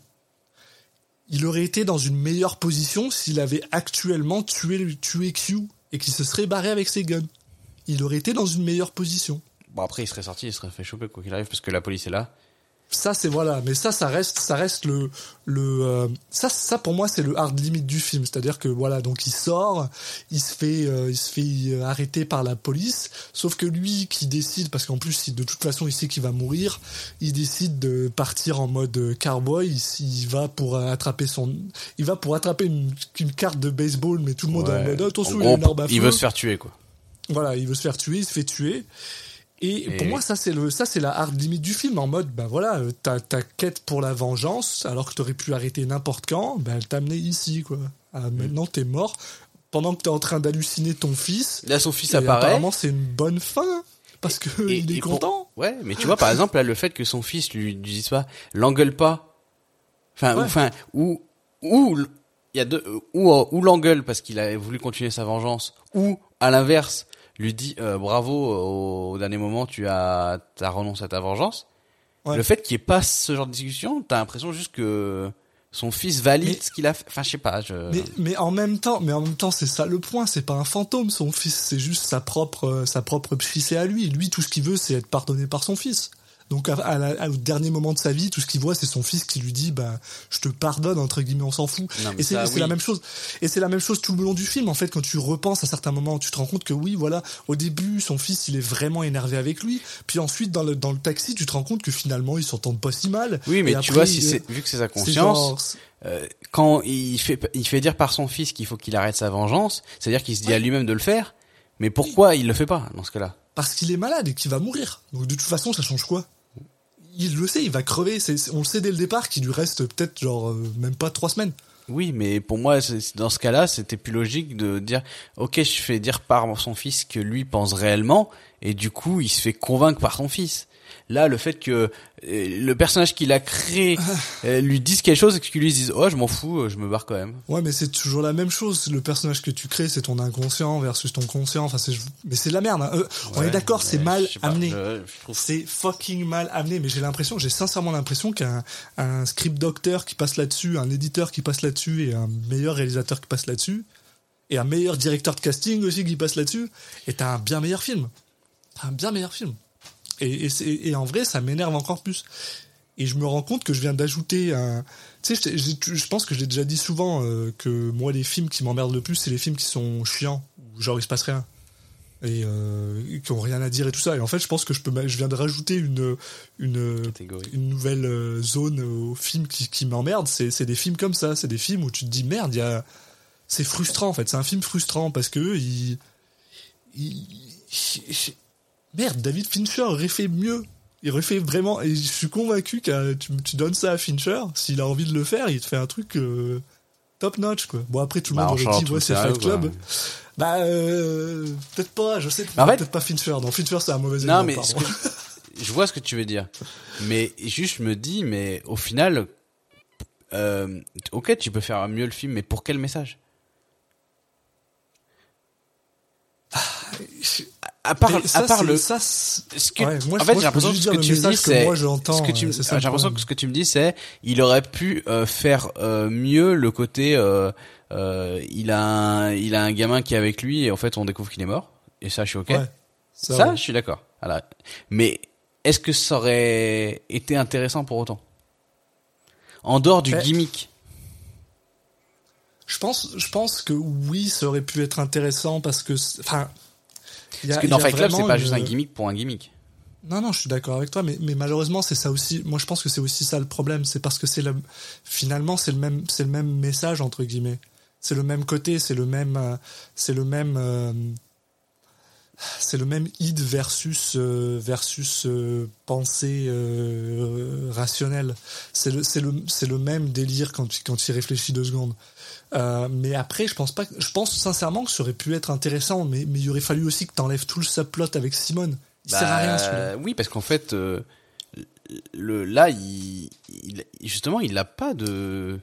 Il aurait été dans une meilleure position s'il avait actuellement tué, tué Q et qu'il se serait barré avec ses guns. Il aurait été dans une meilleure position. Bon, après, il serait sorti, il serait fait choper quoi qu'il arrive parce que la police est là. Ça, c'est voilà. Mais ça, ça reste, ça reste le, le, euh, ça, ça pour moi, c'est le hard limit du film. C'est-à-dire que voilà, donc il sort, il se fait, euh, il se fait arrêter par la police. Sauf que lui, qui décide, parce qu'en plus, de toute façon, il sait qu'il va mourir, il décide de partir en mode cowboy. Il, il va pour attraper son, il va pour attraper une, une carte de baseball, mais tout le monde ouais. est en mode attention, il y a une arme à feu. Il veut se faire tuer, quoi. Voilà, il veut se faire tuer, il se fait tuer. Et, et pour moi, ça c'est le, ça c'est la hard limite du film, en mode, ben voilà, ta, ta quête pour la vengeance, alors que t'aurais pu arrêter n'importe quand, ben elle t'a amené ici, quoi. Ah, mmh. Maintenant t'es mort, pendant que t'es en train d'halluciner ton fils. Là, son fils et apparaît. Apparemment, c'est une bonne fin, parce que et, il est content. Pour... Ouais, mais tu vois, par exemple, là, le fait que son fils lui, lui dise pas, l'engueule pas. Enfin, ouais. ou, enfin, ou, ou, il y a deux, ou, ou l'engueule parce qu'il a voulu continuer sa vengeance, ou, à l'inverse, lui dit euh, bravo au, au dernier moment tu as t'as renoncé à ta vengeance. Ouais. Le fait qu'il n'y ait pas ce genre de discussion, t'as l'impression juste que son fils valide mais, ce qu'il a fait. Enfin, je sais pas. Je... Mais, mais en même temps, mais en même temps, c'est ça le point. C'est pas un fantôme, son fils. C'est juste sa propre, sa propre psyché à lui. Lui, tout ce qu'il veut, c'est être pardonné par son fils. Donc, à, à la, à, au dernier moment de sa vie, tout ce qu'il voit, c'est son fils qui lui dit, bah, je te pardonne, entre guillemets, on s'en fout. Non, et c'est, ça, c'est oui. la même chose. Et c'est la même chose tout le long du film. En fait, quand tu repenses à certains moments, tu te rends compte que oui, voilà, au début, son fils, il est vraiment énervé avec lui. Puis ensuite, dans le, dans le taxi, tu te rends compte que finalement, ils s'entendent pas si mal. Oui, mais et tu après, vois, si c'est, vu que c'est sa conscience, c'est genre... euh, quand il fait, il fait dire par son fils qu'il faut qu'il arrête sa vengeance, c'est-à-dire qu'il se dit ouais. à lui-même de le faire. Mais pourquoi oui. il le fait pas, dans ce cas-là? Parce qu'il est malade et qu'il va mourir. Donc, de toute façon, ça change quoi? Il le sait, il va crever. C'est, on le sait dès le départ qu'il lui reste peut-être genre euh, même pas trois semaines. Oui, mais pour moi, c'est, dans ce cas-là, c'était plus logique de dire ok, je fais dire par son fils que lui pense réellement, et du coup, il se fait convaincre par son fils. Là, le fait que euh, le personnage qu'il a créé euh, lui dise quelque chose et qu'il lui dise oh je m'en fous, je me barre quand même. Ouais, mais c'est toujours la même chose. Le personnage que tu crées, c'est ton inconscient versus ton conscient. Enfin, c'est mais c'est de la merde. Hein. Euh, ouais, on est d'accord, ouais, c'est mal amené. Je, je trouve... C'est fucking mal amené. Mais j'ai l'impression, j'ai sincèrement l'impression qu'un un script docteur qui passe là-dessus, un éditeur qui passe là-dessus et un meilleur réalisateur qui passe là-dessus et un meilleur directeur de casting aussi qui passe là-dessus, est un bien meilleur film. Un bien meilleur film. Et, et, et en vrai, ça m'énerve encore plus. Et je me rends compte que je viens d'ajouter un... Tu sais, je, je, je pense que je l'ai déjà dit souvent, euh, que moi, les films qui m'emmerdent le plus, c'est les films qui sont chiants, où genre il se passe rien. Et euh, qui ont rien à dire et tout ça. Et en fait, je pense que je peux, je viens de rajouter une, une, une nouvelle zone aux films qui, qui m'emmerdent. C'est, c'est des films comme ça. C'est des films où tu te dis, merde, il y a... c'est frustrant, en fait. C'est un film frustrant parce que il... il, il merde, David Fincher aurait fait mieux. Il aurait fait vraiment, et je suis convaincu que tu, tu donnes ça à Fincher, s'il a envie de le faire, il te fait un truc euh, top notch, quoi. Bon, après, tout le Bah, monde en aurait dit, chantant ouais, tout c'est sérieux, Fight Club. quoi. Bah, euh, peut-être pas, je sais, En fait- peut-être pas Fincher. Non, Fincher, c'est un mauvais Non, exemple, mais pardon. ce que- je vois ce que tu veux dire. Mais juste, je me dis, mais au final, euh, ok, tu peux faire mieux le film, mais pour quel message? À part, Mais ça, à part c'est- le, ça, c'est- ce que, ouais, moi, en je- fait, moi, j'ai je peux l'impression que juste ce dire que le tu me dis, message que c'est, moi, j'entends, ce que tu, euh, j'ai c'est ça le l'impression problème. que ce que tu me dis, c'est, il aurait pu euh, faire euh, mieux le côté, euh, euh, il a, un, il a un gamin qui est avec lui et en fait, on découvre qu'il est mort. Et ça, je suis ok. Ouais, ça, ça, ouais. je suis d'accord. Voilà. Mais est-ce que ça aurait été intéressant pour autant? En dehors du Mais- gimmick. Je pense, je pense que oui, ça aurait pu être intéressant parce que, c'est- enfin, il y a, Parce que il dans y a Fight Club, c'est vraiment pas une- juste un gimmick pour un gimmick. Non, non, je suis d'accord avec toi, mais, mais malheureusement, c'est ça aussi. Moi, je pense que c'est aussi ça le problème. C'est parce que c'est le, finalement, c'est le même, c'est le même message, entre guillemets. C'est le même côté, c'est le même, euh, c'est le même, euh, c'est le même id versus, euh, versus euh, pensée euh, rationnelle. C'est le, c'est le, c'est le même délire quand tu, quand tu y réfléchis deux secondes. Euh, mais après, je pense pas, que- je pense sincèrement que ça aurait pu être intéressant, mais, mais il aurait fallu aussi que t'enlèves tout le subplot avec Simone. Il sert à rien, celui-là. Oui, parce qu'en fait, euh, le, là, il, il, justement, il n'a pas de,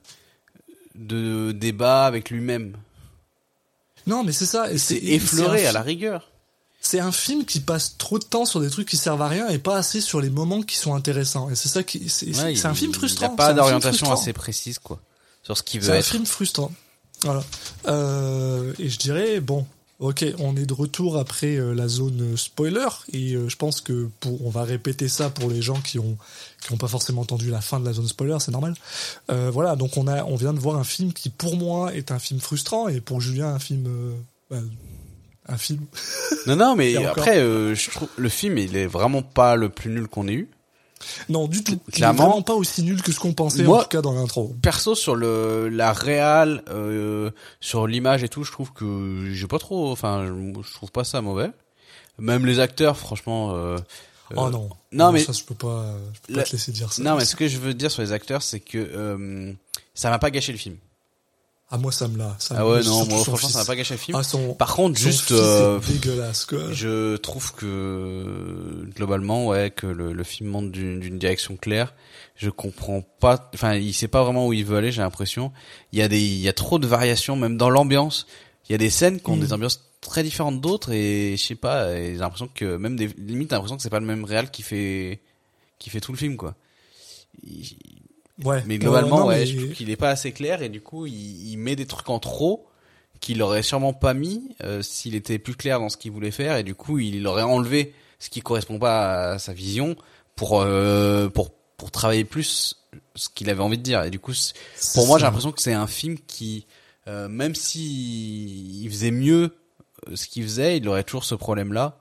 de débat avec lui-même. Non, mais c'est ça. et C'est c'est et effleuré c'est un à la fi- rigueur. C'est un film qui passe trop de temps sur des trucs qui servent à rien et pas assez sur les moments qui sont intéressants. Et c'est ça qui, c'est, c'est- Ouais, c'est un il- film frustrant. Il n'a c'est pas un film d'orientation frustrant. assez précise, quoi, sur ce qu'il veut C'est un être. film frustrant. Voilà. Euh, et je dirais, bon, ok, on est de retour après euh, la zone spoiler et euh, je pense que pour, on va répéter ça pour les gens qui ont qui ont pas forcément entendu la fin de la zone spoiler, c'est normal. Euh, voilà, donc on a, on vient de voir un film qui pour moi est un film frustrant et pour Julien un film, euh, bah, un film. Non, non, mais Et encore. après, euh, je trouve le film, il est vraiment pas le plus nul qu'on ait eu. Non, du tout. Il est Clairement. vraiment pas aussi nul que ce qu'on pensait Moi- en tout cas dans l'intro. Perso, sur le la réal, euh, sur l'image et tout, je trouve que j'ai pas trop, enfin, je, je trouve pas ça mauvais. Même les acteurs, franchement. Euh, Oh euh, non. non, mais- ça je peux pas, je peux La- pas te laisser dire ça. Non, mais ce que je veux dire sur les acteurs, c'est que euh, ça m'a pas gâché le film. Ah moi ça me l'a. Ça Ah me- ouais, non, surtout moi son franchement, fils. ça m'a pas gâché le film. Ah, son, Par contre, son juste, fils euh, est dégueulasse quoi. je trouve que globalement, ouais, que le, le film monte d'une d'une direction claire. Je comprends pas, enfin, il sait pas vraiment où il veut aller. J'ai l'impression. Il y a des, il y a trop de variations, même dans l'ambiance. Il y a des scènes qui ont Mm. des ambiances très différentes d'autres et je sais pas. et J'ai l'impression que même des limites, t'as l'impression que c'est pas le même réal qui fait, qui fait tout le film, quoi. Il- Ouais. Mais globalement, Euh, non, ouais, mais- je trouve qu'il est pas assez clair et du coup, il, il met des trucs en trop qu'il aurait sûrement pas mis euh, s'il était plus clair dans ce qu'il voulait faire et du coup, il aurait enlevé ce qui correspond pas à sa vision pour euh, pour pour travailler plus ce qu'il avait envie de dire. Et du coup, c'est- c'est pour moi, j'ai ça. l'impression que c'est un film qui, euh, même si il faisait mieux euh, ce qu'il faisait, il aurait toujours ce problème-là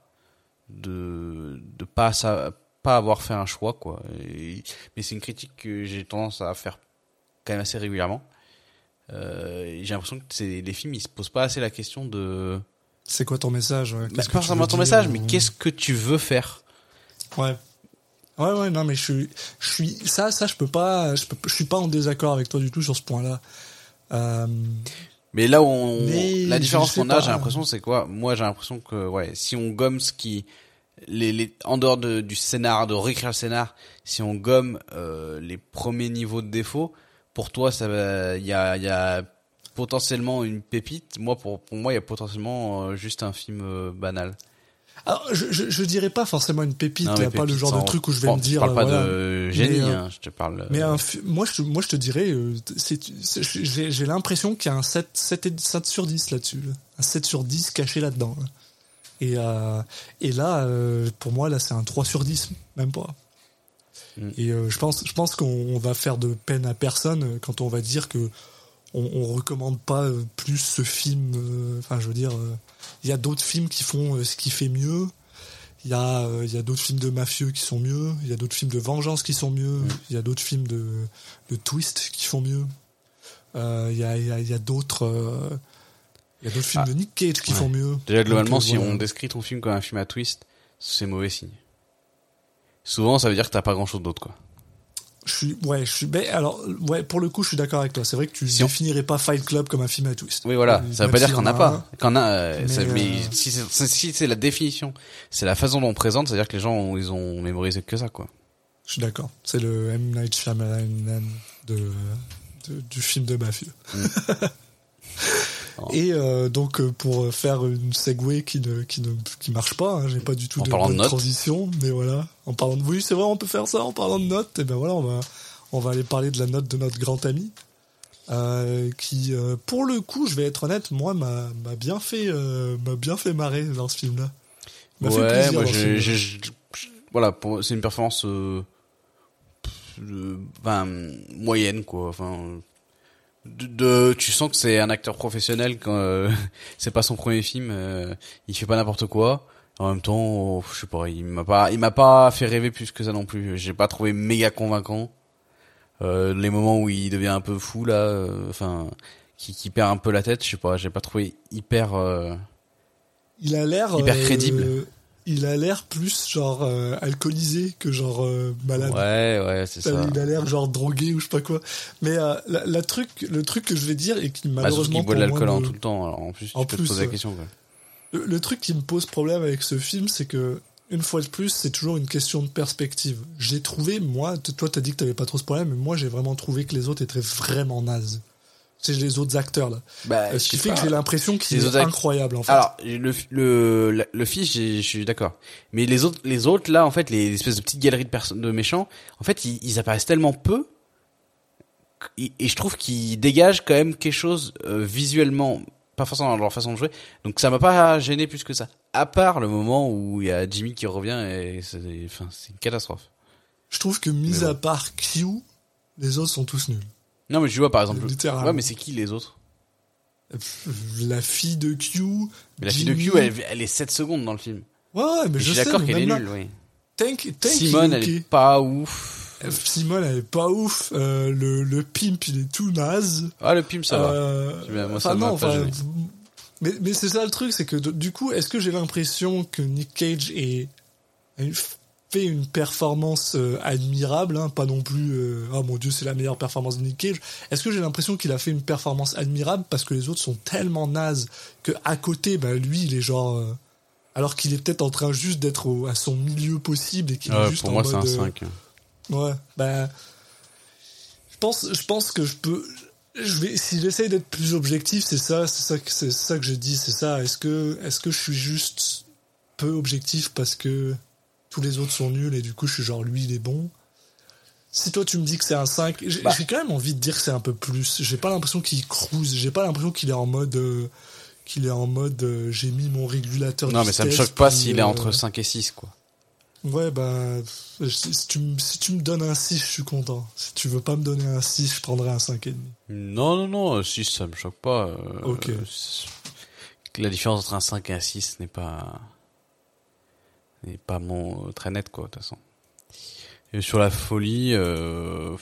de de pas ça pas avoir fait un choix, quoi. Et- mais c'est une critique que j'ai tendance à faire quand même assez régulièrement. Euh, et j'ai l'impression que c'est, les films, ils se posent pas assez la question de. C'est quoi ton message ouais, Bah, qu'est-ce pas que tu forcément veux ton dire, message, mais ou- qu'est-ce que tu veux faire? Ouais. Ouais, ouais, non, mais je suis, je suis, ça, ça, je peux pas, je peux, je suis pas en désaccord avec toi du tout sur ce point-là. Euh, Mais là où on, Mais la je différence sais qu'on a, pas. j'ai l'impression, c'est quoi? Moi, j'ai l'impression que, ouais, si on gomme ce qui, les, les, en dehors de, du scénar, de réécrire le scénar, si on gomme euh, les premiers niveaux de défaut, pour toi, ça va, il y a, il y a potentiellement une pépite. Moi, pour, pour moi, il y a potentiellement euh, juste un film euh, banal. alors, je, je, je dirais pas forcément une pépite, Non, il mais y a pas le pépite, genre de sans- truc où je vais bon, me je dire, parle pas voilà. de génie, Mais, euh, hein, je te parle. Mais euh, un, fi- moi, je, te- moi, je te dirais, euh, c'est, c'est- j'ai, j'ai l'impression qu'il y a un sept, sept, et- sept sur dix là-dessus, là. Un sept sur dix caché là-dedans. Là. Et, euh, et là, euh, pour moi, là, c'est un trois sur dix, même pas. Mm. Et euh, je pense, je pense qu'on on va faire de peine à personne euh, quand on va dire que on, on recommande pas euh, plus ce film. euh, Enfin, je veux dire, euh, il y a d'autres films qui font euh, ce qui fait mieux. Il y a, euh, il y a d'autres films de mafieux qui sont mieux. Il y a d'autres films de vengeance qui sont mieux. Il y a d'autres films de, de twist qui font mieux. Euh, Il y a, il y a, il y a d'autres, euh, il y a d'autres films Ah. de Nick Cage qui Ouais. font mieux. Déjà, globalement, Donc, euh, si voilà. on décrit ton film comme un film à twist, c'est mauvais signe. Souvent, ça veut dire que t'as pas grand chose d'autre, quoi. Je suis, ouais, je suis, ben, alors, ouais, pour le coup, je suis d'accord avec toi. C'est vrai que tu Si on- définirais pas Fight Club comme un film à twist. Oui, voilà. Euh, Ça veut même pas dire s'il y qu'on en n'a a pas. un. Qu'on a, euh, Mais, ça- mais euh, si c'est, c'est- si c'est la définition, c'est la façon dont on présente, c'est-à-dire que les gens, ont- ils ont mémorisé que ça, quoi. Je suis d'accord. C'est le M. Night Shyamalan de, de- du film de mafia. Mm. Et euh, donc euh, pour faire une segue qui ne qui ne qui marche pas, hein, j'ai pas du tout En de parlant de bonne notes. transition, mais voilà, en parlant de oui, c'est vrai, on peut faire ça en parlant de notes. Et ben voilà, on va on va aller parler de la note de notre grand ami euh, qui euh, pour le coup, je vais être honnête, moi m'a m'a bien fait euh, m'a bien fait marrer dans ce film-là. M'a fait Ouais, plaisir moi, dans ce j'ai, film-là. j'ai, j'ai- voilà, pour, c'est une performance, euh, de, enfin, moyenne, quoi. Enfin, de, de- tu sens que c'est un acteur professionnel quand euh, c'est pas son premier film, euh, il fait pas n'importe quoi. En même temps, oh, je sais pas, il m'a pas, il m'a pas fait rêver plus que ça non plus. J'ai pas trouvé méga convaincant. Euh, les moments où il devient un peu fou là, euh, enfin, qui, qui perd un peu la tête, je sais pas, j'ai pas trouvé hyper. Euh, Il a l'air hyper euh, crédible. Il a l'air plus genre euh, alcoolisé que genre euh, malade. Ouais, ouais, c'est ça. Il a l'air genre drogué ou je sais pas quoi. Mais euh, la, la truc, le truc que je vais dire et qui Bah, surtout malheureusement qu'il boit de pour l'alcool moi, en me- tout le temps. Alors en plus, tu En peux plus, te poser la ouais. question, quoi. le, le truc qui me pose problème avec ce film, c'est que une fois de plus, c'est toujours une question de perspective. J'ai trouvé, moi, t- toi t'as dit que t'avais pas trop ce problème, mais moi j'ai vraiment trouvé que les autres étaient vraiment nazes. C'est les autres acteurs là. Bah, Euh, ce qui je sais fait pas. que j'ai l'impression qu'il Les est autres act- incroyable en fait. Alors le le le, le fils, j'ai- je suis d'accord. Mais les autres les autres là, en fait, les espèces de petites galeries de personnes de méchants, en fait, ils, ils apparaissent tellement peu. Et, et je trouve qu'ils dégagent quand même quelque chose euh, visuellement, pas forcément dans leur façon de jouer. Donc ça m'a pas gêné plus que ça. À part le moment où il y a Jimmy qui revient et c'est, enfin, c'est une catastrophe. Je trouve que mis Mais à bon. part Q, les autres sont tous nuls. Non, mais je vois par exemple. Littéralement. Ouais, mais c'est qui les autres? La fille de Q. Mais la fille de Jimmy. Q, elle, elle est sept secondes dans le film. Ouais, ouais, mais Et je, je suis sais, d'accord mais qu'elle est même là, nulle, oui. Tank, Tank, Simone, il elle est est ok. pas ouf. Euh, Simone, elle est pas ouf. Euh, le, le pimp, il est tout naze. Ah, le pim, ça va. Euh, Je vais- moi, enfin, ça m'a non, pas enfin, gêné. mais, mais c'est ça le truc, c'est que de- du coup, est-ce que j'ai l'impression que Nick Cage est, a fait une performance euh, admirable, hein, pas non plus, euh, oh mon dieu, c'est la meilleure performance de Nick Cage. Est-ce que j'ai l'impression qu'il a fait une performance admirable parce que les autres sont tellement nazes que à côté, bah lui, il est genre, euh, alors qu'il est peut-être en train juste d'être au- à son milieu possible et qu'il est Ouais, juste pour en moi, c'est mode, un euh, cinq. Ouais, ben, je pense, je pense que je peux, je vais, si j'essaye d'être plus objectif, c'est ça, c'est ça que, c'est ça que je dis, c'est ça. Est-ce que, est-ce que je suis juste peu objectif parce que tous les autres sont nuls et du coup je suis genre lui il est bon? Si toi tu me dis que c'est un cinq, j'ai, Bah. j'ai quand même envie de dire que c'est un peu plus. J'ai pas l'impression qu'il cruise, j'ai pas l'impression qu'il est en mode, euh, qu'il est en mode, euh, j'ai mis mon régulateur. Non, mais ça me vitesse, choque pas puis, s'il est euh, entre cinq et six, quoi. Ouais, bah, si si tu, me- si tu me donnes un six, je suis content. Si tu veux pas me donner un six, je prendrai un cinq virgule cinq. Non, non, non, six, ça me choque pas. euh, Ok. c'est- La différence entre un cinq et un six n'est pas, n'est pas mon, euh, très nette, quoi, de toute façon. Et sur la folie, euh,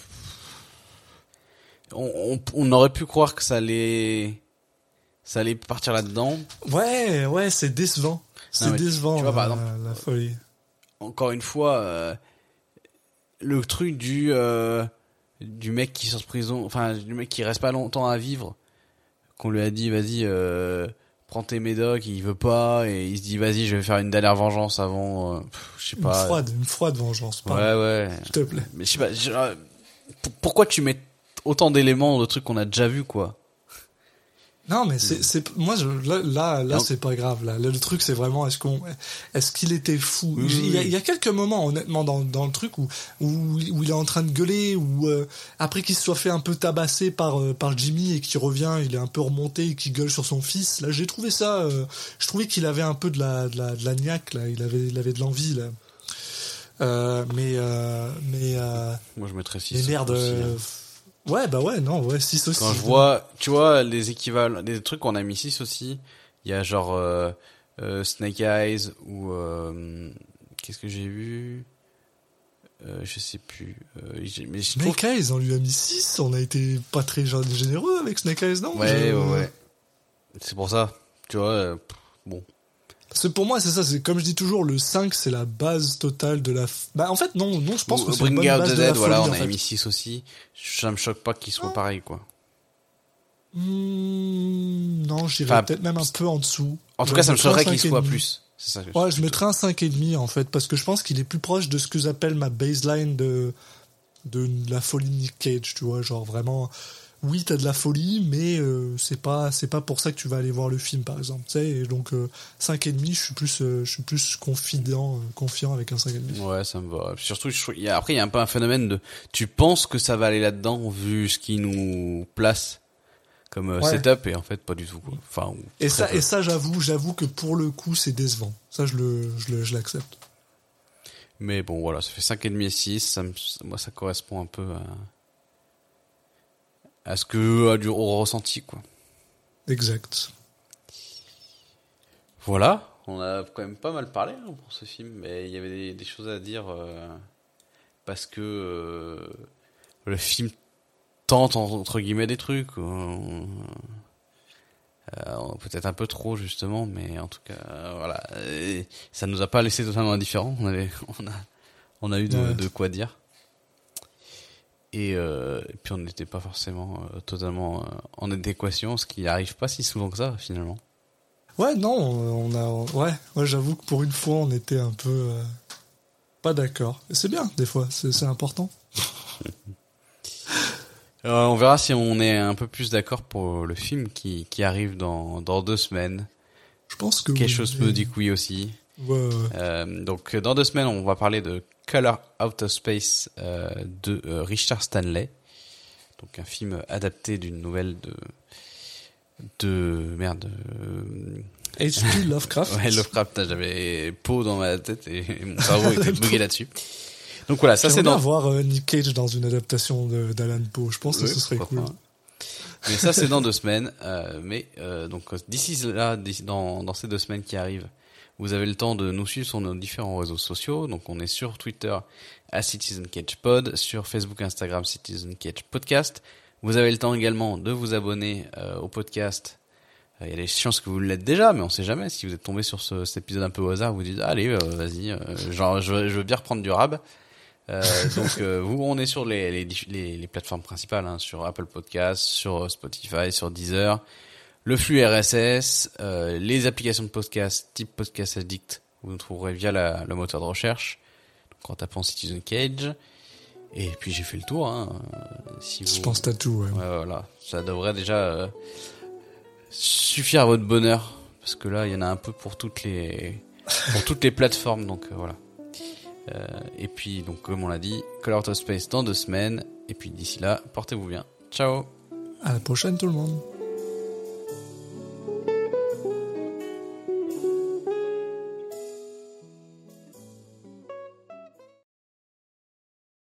on, on, on aurait pu croire que ça allait, ça allait partir là-dedans. Ouais, ouais, c'est décevant. C'est Non, mais tu- décevant, tu vois, par la, exemple, la folie. Encore une fois, euh, le truc du euh, du mec qui sort de prison, enfin du mec qui reste pas longtemps à vivre, qu'on lui a dit vas-y euh, prends tes médocs, il veut pas et il se dit vas-y je vais faire une dernière vengeance avant, euh, pff, je sais Une pas. froide, une froide vengeance. Ouais pardon. ouais. S'il te plaît. Mais je sais pas. je- euh, p- pourquoi tu mets autant d'éléments de trucs qu'on a déjà vu, quoi? Non, mais c'est, c'est, moi, je, là, là, là Non. c'est pas grave, là. Là, le truc, c'est vraiment, est-ce qu'on, est-ce qu'il était fou? Oui, il, y a, oui. il y a quelques moments, honnêtement, dans, dans le truc où, où, où il est en train de gueuler, où, euh, après qu'il se soit fait un peu tabasser par, euh, par Jimmy et qu'il revient, il est un peu remonté et qu'il gueule sur son fils. Là, j'ai trouvé ça, euh, je trouvais qu'il avait un peu de la, de la, de la niaque, là. Il avait, il avait de l'envie, là. Euh, mais, euh, mais, euh, Moi je mettrais six. mais merde, aussi, euh, hein. ouais, bah ouais, non, ouais, six aussi. Quand je vois, tu vois, les équivalents, des trucs qu'on a mis six aussi, il y a genre euh, euh, Snake Eyes ou euh, qu'est-ce que j'ai vu euh, Je sais plus. Euh, j'ai- mais je trouve Snake Eyes, on lui a mis six, on a été pas très gen- généreux avec Snake Eyes, non? ouais, Je- ouais, ouais. C'est pour ça, tu vois. euh, pff, bon, Parce que pour moi, c'est ça, c'est comme je dis toujours, le cinq, c'est la base totale de la... F... Bah, en fait, non, non, je pense que c'est une Bring bonne Out base the de la Dead, voilà, folie, on en a fait. mis six aussi. Ça me choque pas qu'ils soient pareils, quoi. Mmh, non, j'irais Enfin, peut-être même un peu en dessous. En tout Je cas, ça me mettrais un choquerait qu'il cinq et soit demi. plus. C'est ça que Ouais, je mettrais un cinq et demi en fait, parce que je pense qu'il est plus proche de ce que j'appelle ma baseline de, de la folie Nick Cage, tu vois, genre vraiment, oui, t'as de la folie, mais euh, c'est pas, c'est pas pour ça que tu vas aller voir le film, par exemple, tu sais, et donc euh, cinq et demi, je suis plus, euh, je suis plus confident, euh, confiant avec un cinq et demi. Ouais, ça me va. Puis surtout, je trouve- il y a- après, il y a un peu un phénomène de, tu penses que ça va aller là-dedans, vu ce qui nous place comme euh, Ouais. setup, et en fait, pas du tout, quoi. Enfin, ou Et très ça, peu. et ça, j'avoue, j'avoue que pour le coup, c'est décevant. Ça, je le, je le, je l'accepte. Mais bon, voilà, ça fait cinq et demi et six, ça me, moi, ça correspond un peu à, à ce que, à du, au ressenti, quoi. Exact. Voilà, on a quand même pas mal parlé hein, pour ce film, mais il y avait des, des choses à dire euh, parce que euh, le film tente entre guillemets des trucs, euh, euh, peut-être un peu trop justement, mais en tout cas euh, voilà, et ça nous a pas laissé totalement indifférents. On avait, on a, on a eu de, Ouais. de quoi dire. Et, euh, et puis on n'était pas forcément euh, totalement euh, en adéquation, ce qui arrive pas si souvent que ça finalement. Ouais, non, on a, ouais, ouais, j'avoue que pour une fois, on était un peu euh, pas d'accord. Et c'est bien, des fois, c'est, c'est important. Euh, on verra si on est un peu plus d'accord pour le film qui, qui arrive dans, dans deux semaines. Je pense que Quelque oui, chose mais- me dit que oui aussi. Ouais, ouais. Euh, donc dans deux semaines, on va parler de Color Out of Space euh, de euh, Richard Stanley. Donc un film adapté d'une nouvelle de de merde. Euh, H P Lovecraft. ouais, Lovecraft. J'avais Poe dans ma tête et mon cerveau était bugué là-dessus. Donc voilà, ça c'est J'aimerais dans. bien voir euh, Nick Cage dans une adaptation de, d'Alan Poe. Je pense que Ouais, ce serait pourquoi cool. pas. Mais ça c'est dans deux semaines. Euh, mais euh, donc d'ici là, d'ici, dans dans ces deux semaines qui arrivent, vous avez le temps de nous suivre sur nos différents réseaux sociaux. Donc on est sur Twitter à Citizen Cage Pod, sur Facebook, Instagram Citizen Cage Podcast. Vous avez le temps également de vous abonner euh, au podcast. Il euh, y a des chances que vous l'êtes déjà, mais on sait jamais. Si vous êtes tombé sur ce, cet épisode un peu au hasard, vous dites allez, euh, vas-y, euh, genre je, je veux bien reprendre du rab. Euh, donc euh, vous, on est sur les les, les, les plateformes principales, hein, sur Apple Podcasts, sur Spotify, sur Deezer, le flux R S S, euh, les applications de podcast type Podcast Addict, vous nous trouverez via la, le moteur de recherche, donc en tapant Citizen Cage. Et puis j'ai fait le tour. Hein, si vous... Je pense que t'as tout, ouais. Ouais, voilà, ça devrait déjà euh, suffire à votre bonheur, parce que là, il y en a un peu pour toutes les pour toutes les plateformes, donc euh, voilà. Euh, et puis, donc, comme on l'a dit, Color Out of Space dans deux semaines. Et puis, d'ici là, portez-vous bien. Ciao! À la prochaine, tout le monde.